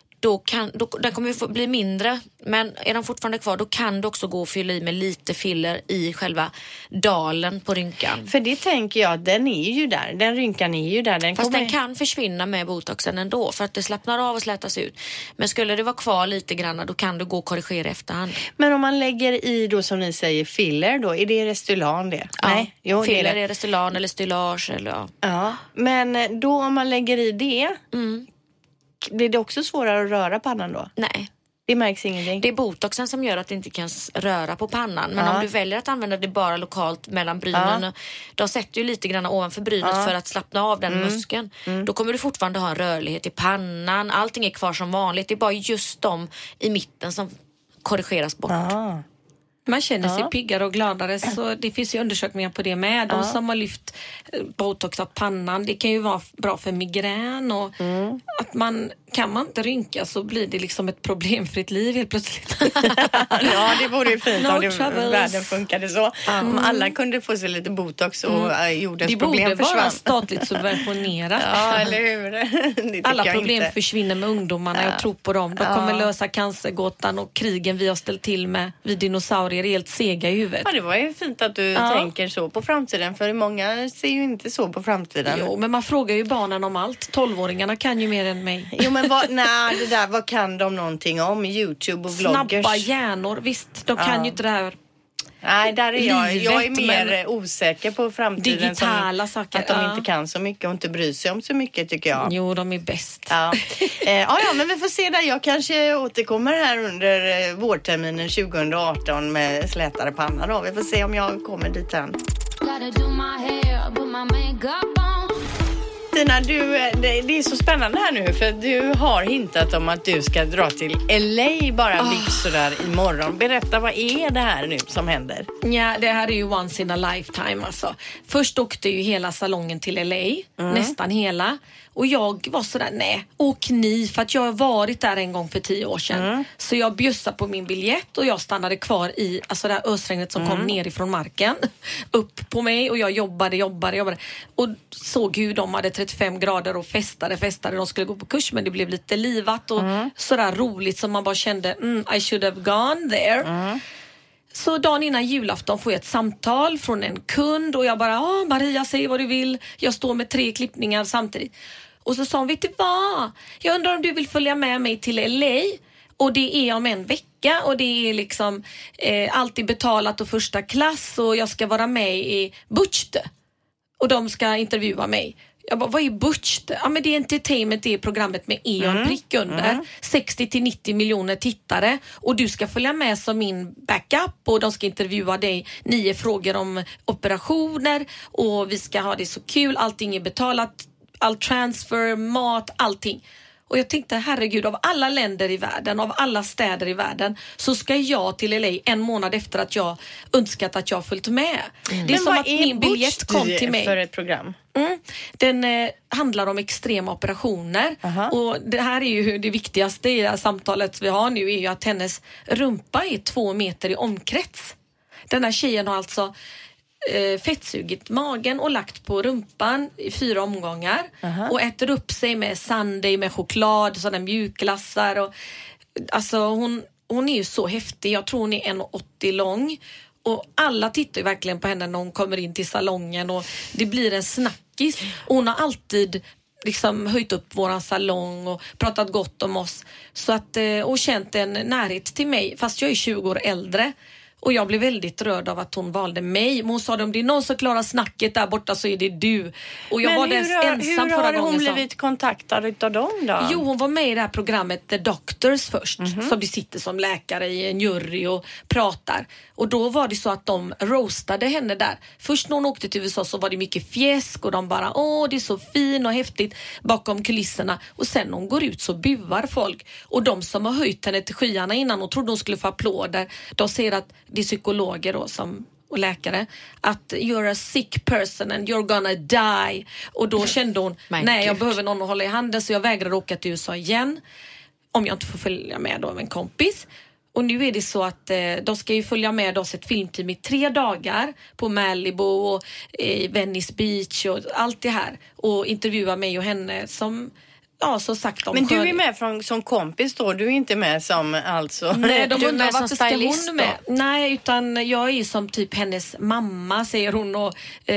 den kommer ju bli mindre, men är de fortfarande kvar, då kan du också gå och fylla i med lite filler i själva dalen på rynkan. För det tänker jag, den är ju där, den rynkan är ju där. Fast den kan försvinna med botoxen ändå, för att det slappnar av och slätas ut. Men skulle det vara kvar lite grann, då kan du gå och korrigera efterhand. Men om man lägger i då, som ni säger, filler då, är det Restylane det? Ja, nej? Jo, filler är Restylane eller stylage eller ja. Men då om man lägger i det, blir det också svårare att röra pannan då? Nej. Det märks ingenting. Det är botoxen som gör att det inte kan röra på pannan. Men om du väljer att använda det bara lokalt mellan brynen, då sätter ju lite grann ovanför brynet för att slappna av den muskeln. Då kommer du fortfarande ha en rörlighet i pannan. Allting är kvar som vanligt. Det är bara just de i mitten som korrigeras bort. Man känner sig piggare och gladare, så det finns ju undersökningar på det med. De som har lyft botox av pannan, det kan ju vara bra för migrän och att kan man inte rynka så blir det liksom ett problemfritt liv helt plötsligt. Ja, det vore ju fint om världen funkade så. Om alla kunde få sig lite botox och jordens problem försvann. Det borde vara statligt subventionerat. Ja, eller hur? Alla problem försvinner med ungdomarna. Jag tror på dem. De kommer lösa cancergåtan och krigen vi har ställt till med vid dinosaurier är helt sega i huvudet. Ja, det var ju fint att du tänker så på framtiden. För många ser ju inte så på framtiden. Jo, men man frågar ju barnen om allt. 12-åringarna kan ju mer än mig. Jo, men vad kan de någonting om? YouTube och vloggers? Snabba hjärnor, visst. De kan ju inte det här. Nej, där är jag är mer osäker på framtiden. Digitala saker. Att de inte kan så mycket och inte bryr sig om så mycket, tycker jag. Jo, de är bäst. Ja, men vi får se där. Jag kanske återkommer här under vårterminen 2018 med slätare panna då. Vi får se om jag kommer dit än. Tina, det är så spännande här nu, för du har hintat om att du ska dra till LA bara sådär imorgon. Berätta, vad är det här nu som händer? Ja, det här är ju once in a lifetime alltså. Först åkte ju hela salongen till LA, nästan hela. Och jag var sådär, nej, åk ni, för att jag har varit där en gång för 10 år sedan. Så jag bjussade på min biljett och jag stannade kvar i alltså det här ösregnet som kom ner ifrån marken upp på mig, och jag jobbade och såg hur de hade 35 grader och festade. De skulle gå på kurs, men det blev lite livat och sådär roligt som man bara kände, I should have gone there. Så dagen innan julafton får jag ett samtal från en kund och jag bara, Maria, säg vad du vill. Jag står med 3 klippningar samtidigt. Och så sa hon, vet du vad? Jag undrar om du vill följa med mig till LA. Och det är om en vecka och det är liksom alltid betalat och första klass, och jag ska vara med i Butched. Och de ska intervjua mig. Jag bara, vad är Butched? Ja, men det är entertainment, det är programmet med Eon prick under. 60-90 miljoner tittare. Och du ska följa med som min backup, och de ska intervjua dig 9 frågor om operationer. Och vi ska ha det så kul, allting är betalat. All transfer, mat, allting. Och jag tänkte, herregud, av alla länder i världen, av alla städer i världen, så ska jag till LA en månad efter att jag önskat att jag följt med. Det är som att min biljett kom till mig. För ett program? Den handlar om extrema operationer. Och det här är ju det viktigaste i det här samtalet vi har nu, är ju att hennes rumpa är 2 meter i omkrets. Den här tjejen har alltså fettsugit magen och lagt på rumpan i 4 omgångar och äter upp sig med sundae, med choklad, sådana mjukglassar, och alltså hon är ju så häftig. Jag tror hon är 1,80 lång, och alla tittar ju verkligen på henne när hon kommer in till salongen, och det blir en snackis. Och hon har alltid liksom höjt upp våran salong och pratat gott om oss, så att, och känt en närhet till mig, fast jag är 20 år äldre. Och jag blev väldigt rörd av att hon valde mig. Men hon sa, om det är någon som klarar snacket där borta så är det du. Och jag var ensam förra gången. Hur har hon blivit kontaktad utav dem då? Jo, hon var med i det här programmet The Doctors först. Som de sitter som läkare i en jury och pratar. Och då var det så att de roastade henne där. Först när hon åkte till USA så var det mycket fjäsk. Och de bara, det är så fin och häftigt bakom kulisserna. Och sen när hon går ut så buar folk. Och de som har höjt henne till skyarna innan och trodde hon skulle få applåder, de ser att det är psykologer då och läkare, att you're a sick person and you're gonna die. Och då kände hon, jag behöver någon att hålla i handen, så jag vägrar åka till USA igen om jag inte får följa med då med en kompis. Och nu är det så att de ska ju följa med oss ett filmteam i 3 dagar på Malibu och Venice Beach och allt det här, och intervjua mig och henne som så sagt om. Men du är med som kompis då? Du är inte med som alltså... Nej, de undrar varför ska hon med? Nej, utan jag är som typ hennes mamma, säger hon, och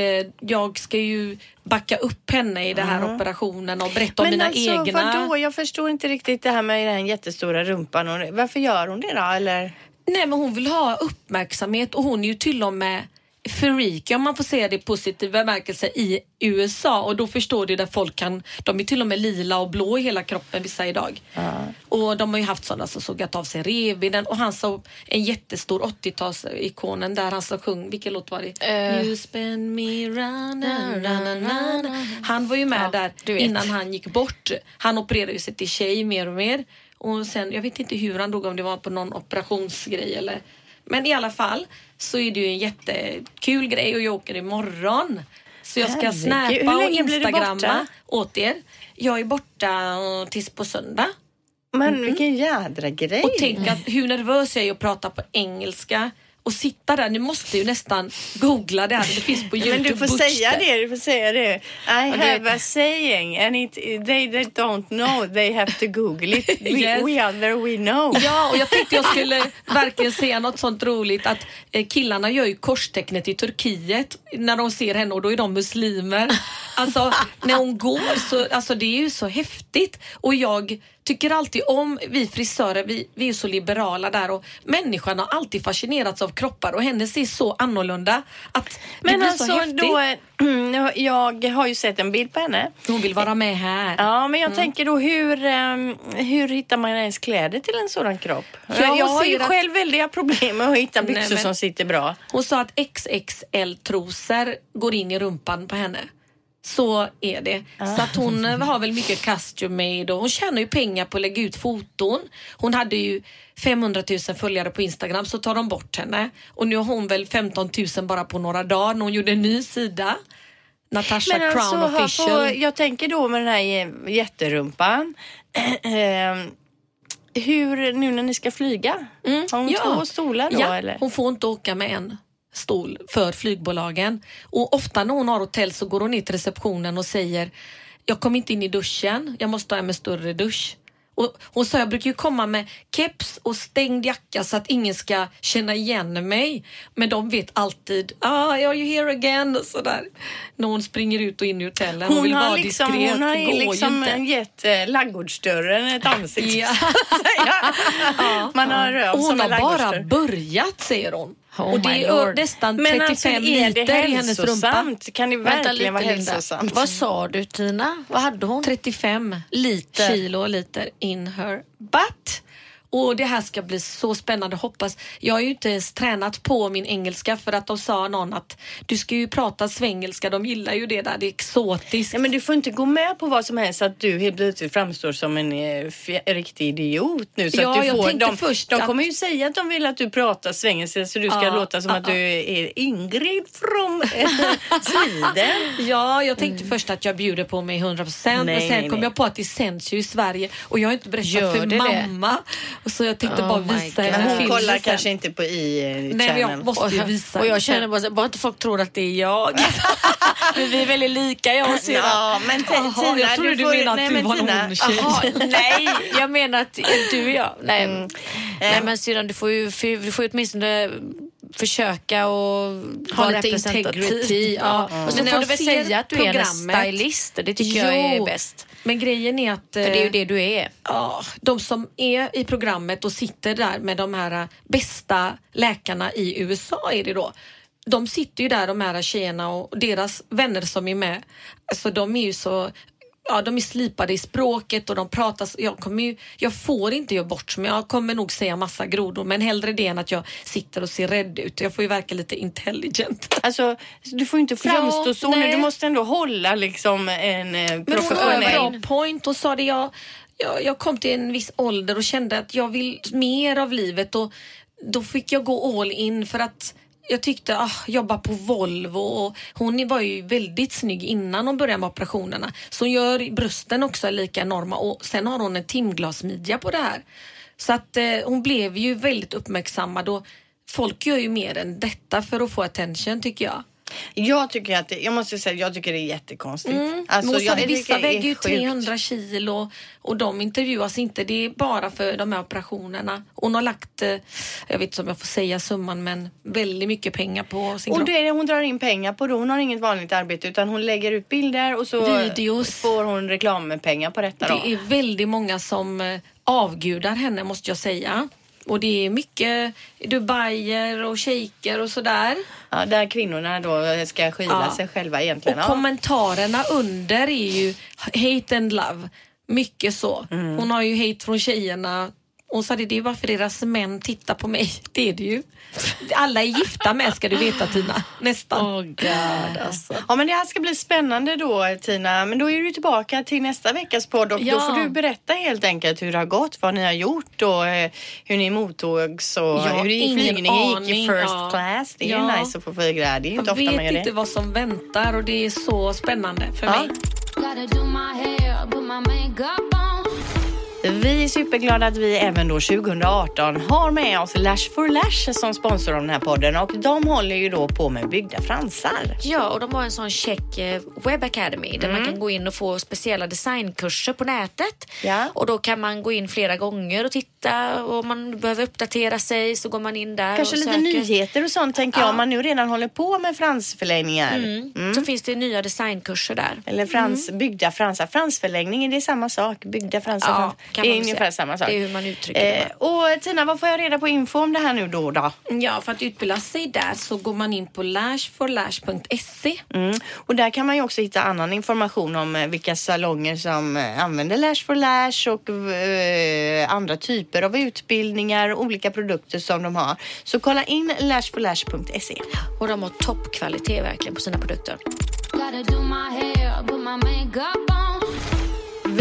jag ska ju backa upp henne i den här operationen och berätta om mina egna... Men alltså, vadå? Jag förstår inte riktigt det här med den jättestora rumpan. Varför gör hon det då, eller? Nej, men hon vill ha uppmärksamhet, och hon är ju till och med freak, om man får säga det i positiv bemärkelse, i USA, och då förstår du där folk de är till och med lila och blå i hela kroppen vissa idag. Och de har ju haft sådana som sågat av sig revbenen, och han sa en jättestor 80-talsikonen där han så sjöng, vilken låt var det? You spend me han var ju med där innan han gick bort. Han opererade ju sig till tjej mer och mer, och sen, jag vet inte hur han dog, om det var på någon operationsgrej eller... Men i alla fall så är det ju en jättekul grej, och jag åker imorgon. Så jag ska snappa och instagramma åt er. Jag är borta tills på söndag. Men vilken jädra grej. Och tänk att hur nervös jag är att prata på engelska. Och sitta där, ni måste ju nästan googla det här. Det finns på YouTube. Men du får säga det, I have a saying and they don't know, they have to google it. We other we know. Ja, och jag tänkte jag skulle verkligen säga något sånt roligt, att killarna gör ju korstecknet i Turkiet när de ser henne, och då är de muslimer. Alltså, när hon går så, alltså det är ju så häftigt. Och jag tycker alltid om, vi frisörer, vi är så liberala där, och människan har alltid fascinerats av kroppar, och henne ser så annorlunda att men det blir alltså, så häftigt. Då, jag har ju sett en bild på henne. Hon vill vara med här. Ja, men jag tänker då, hur hittar man ens kläder till en sådan kropp? Jag har ju själv väldiga problem med att hitta byxor som sitter bra. Hon sa att XXL-trosor går in i rumpan på henne. Så är det. Så att hon har väl mycket custom made, och hon tjänar ju pengar på att lägga ut foton. Hon hade ju 500 000 följare på Instagram, så tar de bort henne. Och nu har hon väl 15 000 bara på några dagar när hon gjorde en ny sida. Natasha Men Crown alltså, Official. jag tänker då med den här jätterumpan. Hur nu när ni ska flyga? Har hon 2 stolar då? Ja, eller? hon får inte åka med en stol för flygbolagen. Och ofta när hon har hotell så går hon ner till receptionen och säger: jag kommer inte in i duschen, jag måste ha en med större dusch. Och hon sa, jag brukar ju komma med keps och stängd jacka så att ingen ska känna igen mig. Men de vet alltid, are you here again? Och sådär. När hon springer ut och in i hotellen. Hon vill vara diskret. Hon har det går liksom ju inte. gett ladugårdsdörren ett ansikte. Ja. Man har röv och hon som har en ladugårdsdörr. bara börjat, säger hon. Oh och det är nästan 35 liter i hennes rumpa. Kan det verkligen vara hälsosamt? Vad sa du, Tina? Vad hade hon? 35 liter in her butt. Och det här ska bli så spännande, hoppas. Jag har ju inte ens tränat på min engelska för att de sa någon att du ska ju prata svengelska. De gillar ju det där, det är exotiskt. Ja, men du får inte gå med på vad som helst att du helt plötsligt framstår som en riktig idiot nu. Så att du får, de kommer ju säga att de vill att du pratar svengelska så du ska låta som att du är Ingrid från Sweden. Ja, jag tänkte först att jag bjuder på mig 100%. Men sen kom jag på att det sänds ju i Sverige och jag har inte berättat för mamma. Och så jag tänkte bara visa henne. Men hon kollar kanske inte på Nej, men jag måste ju visa. Och jag känner bara inte folk tror att det är jag. Men vi är väldigt lika, jag och Syrra. Ja, men Tina, jag tror du menar att du var en ond tjej. Nej, jag menar att du och jag. Nej, men Syrra, du får ju åtminstone försöka och ha lite integrity. Ja. Och så får du väl säga att du är en stylist. Det tycker jag är bäst. Men grejen är att... För det är ju det du är. Ja, de som är i programmet och sitter där med de här bästa läkarna i USA är det då. De sitter ju där, de här tjejerna och deras vänner som är med. Alltså de är ju så... Ja, de är slipade i språket och de pratar. Jag får inte göra bort mig. Jag kommer nog säga massa grodor, men hellre det än att jag sitter och ser rädd ut. Jag får ju verka lite intelligent. Alltså, du får inte framstå så nu. Du måste ändå hålla liksom en professionell... Men hon har bra point och sa det. Jag kom till en viss ålder och kände att jag vill mer av livet och då fick jag gå all in för att jag tyckte, jobba på Volvo och hon var ju väldigt snygg innan hon började med operationerna. Så hon gör brösten också lika enorma och sen har hon en timglasmidja på det här. Så att hon blev ju väldigt uppmärksammad och folk gör ju mer än detta för att få attention tycker jag. Jag tycker det är jättekonstigt. Alltså, vissa väger ju 300 kilo och de intervjuas inte. Det är bara för de här operationerna. Hon har lagt, jag vet inte om jag får säga summan, men väldigt mycket pengar på sin kropp. Och det är det hon drar in pengar på då. Hon har inget vanligt arbete utan hon lägger ut bilder och så videos. Får hon reklampengar på detta då. Det är väldigt många som avgudar henne måste jag säga. Och det är mycket Dubaier och shejker och sådär. Ja, där kvinnorna då ska skyla sig själva egentligen. Och kommentarerna under är ju hate and love. Mycket så. Hon har ju hate från tjejerna. Och så det är varför deras män tittar på mig. Det är det ju. Alla är gifta med, ska du veta, Tina. Nästan. Oh God, alltså. Ja, men det här ska bli spännande då, Tina. Men då är du tillbaka till nästa veckas podd. Och då får du berätta helt enkelt hur det har gått, vad ni har gjort och hur ni mottogs och hur flygningen gick i first class. Det är ju nice att få flyga. Det är ju inte ofta man gör det. Jag vet inte vad som väntar och det är så spännande för mig. Vi är superglada att vi även då 2018 har med oss Lash for Lash som sponsor av den här podden och de håller ju då på med byggda fransar. Ja, och de har en sån check Web Academy där man kan gå in och få speciella designkurser på nätet. Ja. Och då kan man gå in flera gånger och titta och om man behöver uppdatera sig så går man in där kanske och lite söker. Nyheter och sånt tänker jag om man nu redan håller på med fransförlängningar. Så finns det nya designkurser där. Eller byggda fransar. Fransförlängning, det är samma sak. Byggda fransar. Ja, det är ungefär samma sak. Det är hur man uttrycker det. Och Tina, vad får jag reda på info om det här nu då? Ja, för att utbilda sig där så går man in på lashforlash.se. Och där kan man ju också hitta annan information om vilka salonger som använder Lash for Lash och andra typer av utbildningar och olika produkter som de har. Så kolla in lashforlash.se. Och de har toppkvalitet verkligen på sina produkter. Vi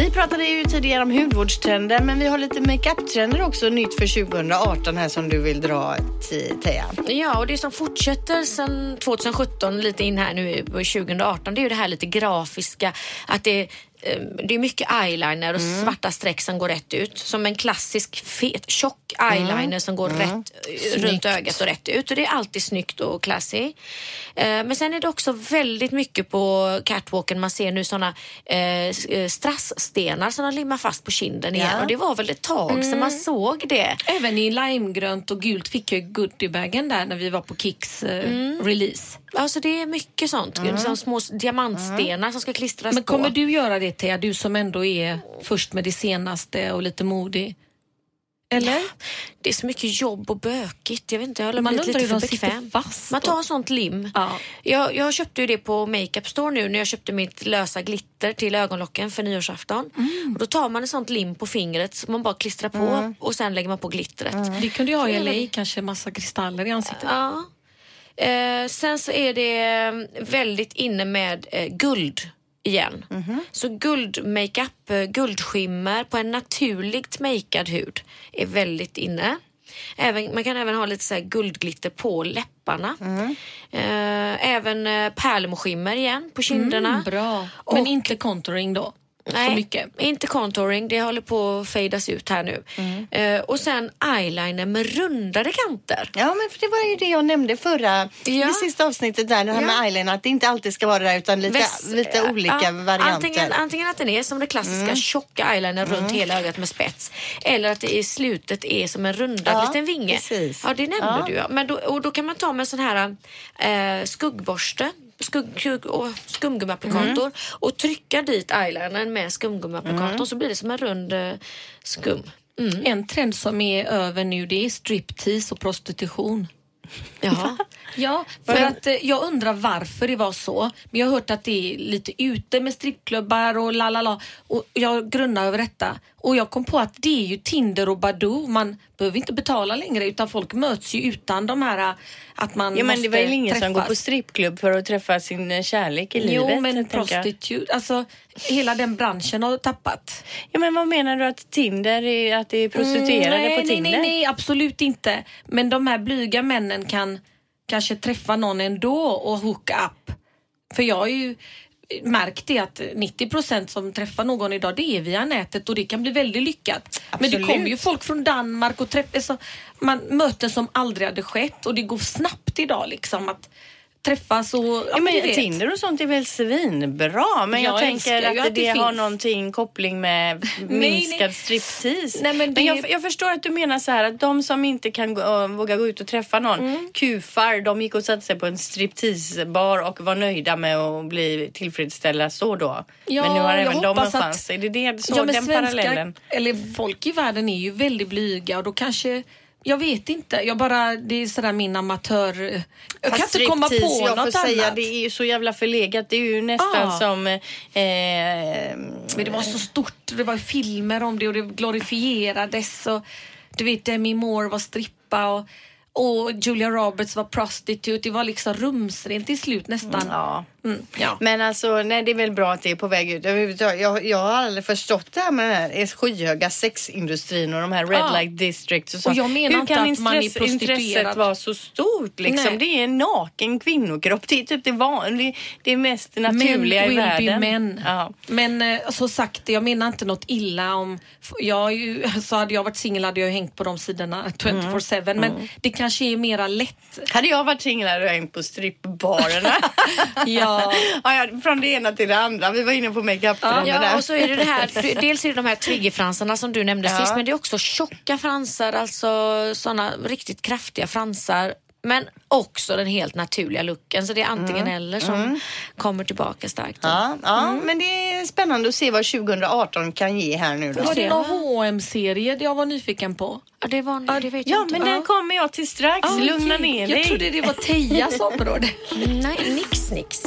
Vi pratade ju tidigare om hudvårdstrender, men vi har lite makeup-trender också nytt för 2018 här som du vill dra till Teija. Ja, och det som fortsätter sedan 2017 lite in här nu på 2018, det är ju det här lite grafiska, att det är mycket eyeliner och svarta streck som går rätt ut. Som en klassisk fet, tjock eyeliner som går rätt runt ögat och rätt ut. Och det är alltid snyggt och classy. Men sen är det också väldigt mycket på catwalken. Man ser nu såna strassstenar som de limmar fast på kinden igen. Och det var väl ett tag så man såg det. Även i limegrönt och gult fick jag goodiebagen där när vi var på Kicks release. Alltså det är mycket sånt. Som små diamantstenar som ska klistras på. Men kommer du göra det, Teija? Du som ändå är först med det senaste och lite modig. Eller? Ja, det är så mycket jobb och bökigt. Jag vet inte, jag har blivit lite för bekväm. Fast man tar sånt lim. Ja. Jag köpte ju det på Makeup Store nu när jag köpte mitt lösa glitter till ögonlocken för nyårsafton. Och då tar man en sånt lim på fingret som man bara klistrar på och sen lägger man på glittret. Det kunde jag ha i LA, kanske massa kristaller i ansiktet. Ja. Sen så är det väldigt inne med guld igen. Så guldmakeup, guldskimmer på en naturligt makead hud är väldigt inne. Man kan även ha lite så här guldglitter på läpparna. Även pärlemorskimmer igen på kinderna. Bra. Men inte contouring då? Nej, så mycket. Inte contouring. Det håller på att fadas ut här nu. Och sen eyeliner med rundade kanter. Ja, men för det var ju det jag nämnde det sista avsnittet där, det här med eyeliner, att det inte alltid ska vara där utan lite olika varianter. Antingen att den är som det klassiska tjocka eyeliner runt hela ögat med spets, eller att det i slutet är som en rundad liten vinge. Precis. Ja, det nämnde du. Ja. Men då kan man ta med en sån här skuggborste, skumgummiapplikator och trycka dit eyelinern med skumgummiapplikator så blir det som en rund skum. En trend som är över nu, det är striptease och prostitution. Jaha. Ja, för att jag undrar varför det var så. Men jag har hört att det är lite ute med strippklubbar och lalala. Och jag grunnar över detta. Och jag kom på att det är ju Tinder och Badoo. Man behöver inte betala längre utan folk möts ju utan de här att man måste men det var ju ingen träffas. som går på strippklubb för att träffa sin kärlek i livet. Jo, men prostitute, alltså hela den branschen har tappat. Ja, men vad menar du att Tinder är, att det är prostituerade på Tinder? Nej, absolut inte. Men de här blyga männen kan kanske träffa någon ändå och hook up. För jag har ju märkt det att 90% som träffar någon idag, det är via nätet och det kan bli väldigt lyckat. Absolut. Men det kommer ju folk från Danmark och man möten som aldrig hade skett och det går snabbt idag liksom att träffas och men Tinder och sånt är väl svinbra, men jag tänker att det har någonting koppling med minskad striptease. Nej, men jag förstår att du menar så här att de som inte kan våga gå ut och träffa någon kufar, de gick och satte sig på en stripteasebar och var nöjda med att bli tillfredsställda så då. Ja, men nu har även de en att chans. Är det så den parallellen? Eller folk i världen är ju väldigt blyga och då kanske jag vet inte. Det är sådär min amatör. Jag kan inte komma på något annat. Jag får säga, det är ju så jävla förlegat. Det är ju nästan som men det var så stort. Det var filmer om det och det glorifierades och du vet, Demi Moore var strippa och Julia Roberts var prostitute. Det var liksom rumsrent till slut nästan. Ja. Men alltså, nej, det är väl bra att det är på väg ut. Jag har aldrig förstått det här med den här skyhöga sexindustrin och de här red light districts och så. Och jag menar hur kan inte att man är prostituerad. Intresset vara så stort liksom? Nej. Det är en naken kvinnokropp. Det är typ det mest naturliga i världen. Men men så sagt, jag menar inte något illa om så hade jag varit singel hade jag hängt på de sidorna 24/7 men det kanske är mera lätt. Hade jag varit singel hade jag hängt på strippbarerna. Ja, från det ena till det andra. Vi var inne på makeup-trenden där. Ja, och så är det här, dels är det de här triggerfransarna som du nämnde sist, men det är också tjocka fransar, alltså sådana riktigt kraftiga fransar, men också den helt naturliga looken, så det är antingen eller som kommer tillbaka starkt. Men det är spännande att se vad 2018 kan ge här nu då. Var det någon H&M-serie jag var nyfiken på? Ja, det vet jag inte. Men den kommer jag till strax. Lugna ner dig. Jag trodde det var Teijas område. Nej, nix.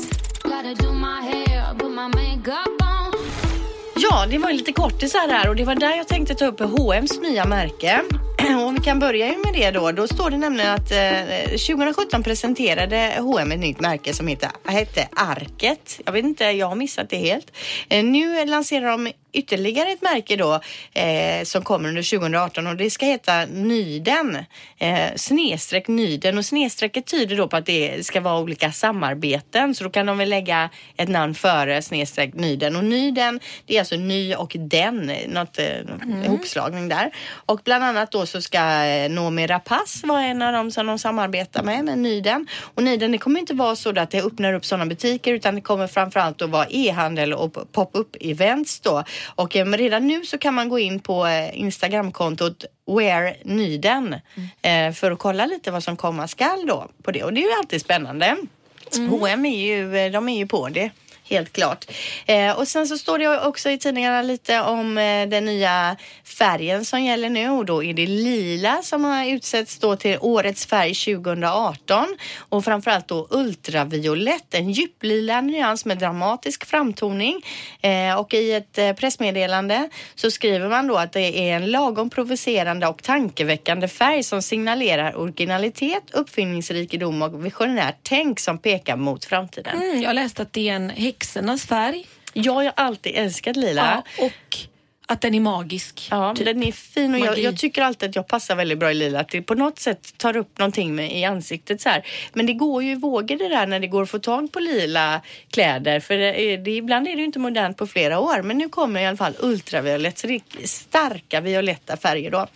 Ja, det var ju lite kortisar här och det var där jag tänkte ta upp H&M's nya märke. Och vi kan börja ju med det då. Då står det nämligen att 2017 presenterade H&M ett nytt märke som hette Arket. Jag vet inte, jag har missat det helt. Nu lanserar de ytterligare ett märke då som kommer under 2018 och det ska heta Nyden. Snedstreck Nyden och snedstrecket tyder då på att det ska vara olika samarbeten så då kan de väl lägga ett namn före snedstreck Nyden och Nyden det är alltså ny och den något ihopslagning där och bland annat då så ska Noomi Rapace vara en av dem som de samarbetar med Nyden och Nyden det kommer inte vara så att det öppnar upp sådana butiker utan det kommer framförallt att vara e-handel och pop-up events då och redan nu så kan man gå in på Instagramkontot Wear Nyden för att kolla lite vad som komma skall då på det och det är ju alltid spännande. H&M är ju på det. Helt klart. Och sen så står det också i tidningarna lite om den nya färgen som gäller nu och då är det lila som har utsetts då till årets färg 2018 och framförallt då ultraviolett, en djuplila nyans med dramatisk framtoning och i ett pressmeddelande så skriver man då att det är en lagom provocerande och tankeväckande färg som signalerar originalitet, uppfinningsrikedom och visionärt tänk som pekar mot framtiden. Jag läste att det är en häxornas färg. Jag har alltid älskat lila. Ja, och att den är magisk. Ja, typ. Den är fin och jag tycker alltid att jag passar väldigt bra i lila. Att det på något sätt tar upp någonting i ansiktet så här. Men det går ju i vågor det där när det går att få tag på lila kläder. För ibland är det ju inte modernt på flera år. Men nu kommer i alla fall ultraviolett. Så det är starka violetta färger då.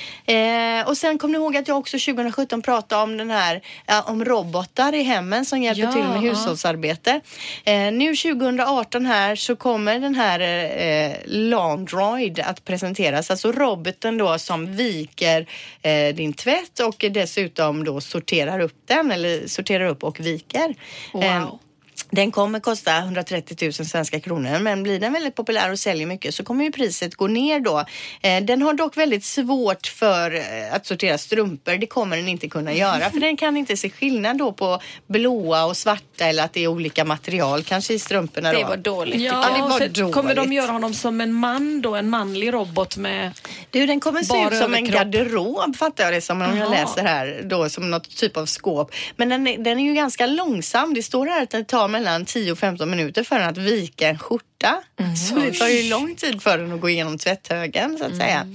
Och sen kom ni ihåg att jag också 2017 pratade om den här om robotar i hemmen som hjälper till med hushållsarbete. Nu 2018 här så kommer den här Landroid att presenteras. Alltså roboten då som viker din tvätt och dessutom då sorterar upp den eller sorterar upp och viker. Wow. Den kommer kosta 130 000 svenska kronor men blir den väldigt populär och säljer mycket så kommer ju priset gå ner då. Den har dock väldigt svårt för att sortera strumpor. Det kommer den inte kunna göra för den kan inte se skillnad då på blåa och svarta eller att det är olika material kanske i strumporna då. Det var dåligt. Ja, det var dåligt. Kommer de göra honom som en man då, en manlig robot med den kommer se ut som en överkropp. Garderob fattar jag det som om jag läser här då som något typ av skåp. Men den är ju ganska långsam. Det står här att den tar mellan 10-15 minuter för att vika en skjorta. Så det tar ju lång tid för den att gå igenom tvätthögen så att säga.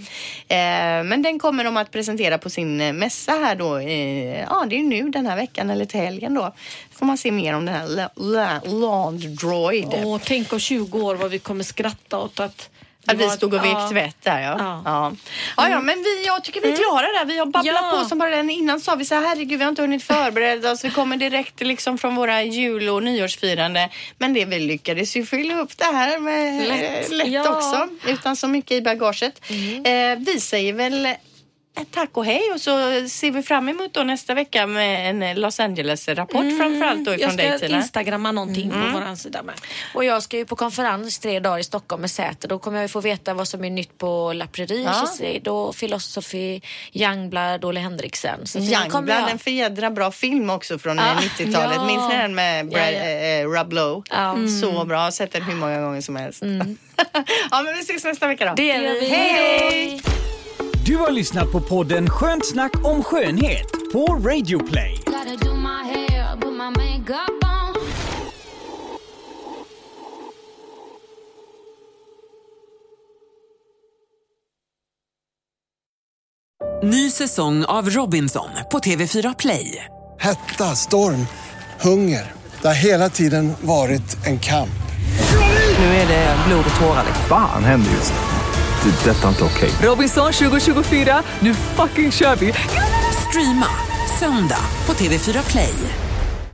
Men den kommer de att presentera på sin mässa här då. Det är nu den här veckan eller till helgen då. Får man se mer om den här Landroid. Tänk om 20 år vad vi kommer skratta åt att vi stod och vek tvätt där, men jag tycker vi är klara där. Vi har babblat på som bara den. Innan sa vi så här, herregud, vi har inte hunnit förbereda oss. Vi kommer direkt liksom från våra jul- och nyårsfirande. Men det vi lyckades ju fylla upp det här med lätt också. Utan så mycket i bagaget. Vi säger väl tack och hej och så ser vi fram emot då nästa vecka med en Los Angeles-rapport framförallt då ifrån dig, Tina. Jag ska instagramma någonting på våran sida med. Och jag ska ju på konferens 3 dagar i Stockholm med Säter. Då kommer jag ju få veta vad som är nytt på La Prairie, då Philosophy, Youngblood, Olle Henriksen. Youngblood, en för jädra bra film också från 90-talet. Minns ni den med Rob Lowe? Så bra, jag har sett den hur många gånger som helst. Men vi ses nästa vecka då. Det gör vi. Hej! Du har lyssnat på podden Skönt snack om skönhet på Radio Play. Ny säsong av Robinson på TV4 Play. Hetta, storm, hunger. Det har hela tiden varit en kamp. Nu är det blod och tårar. Fan händer just det. Det är detta inte okej. Robinson 2024, nu fucking kör vi. Streama söndag på TV4 Play.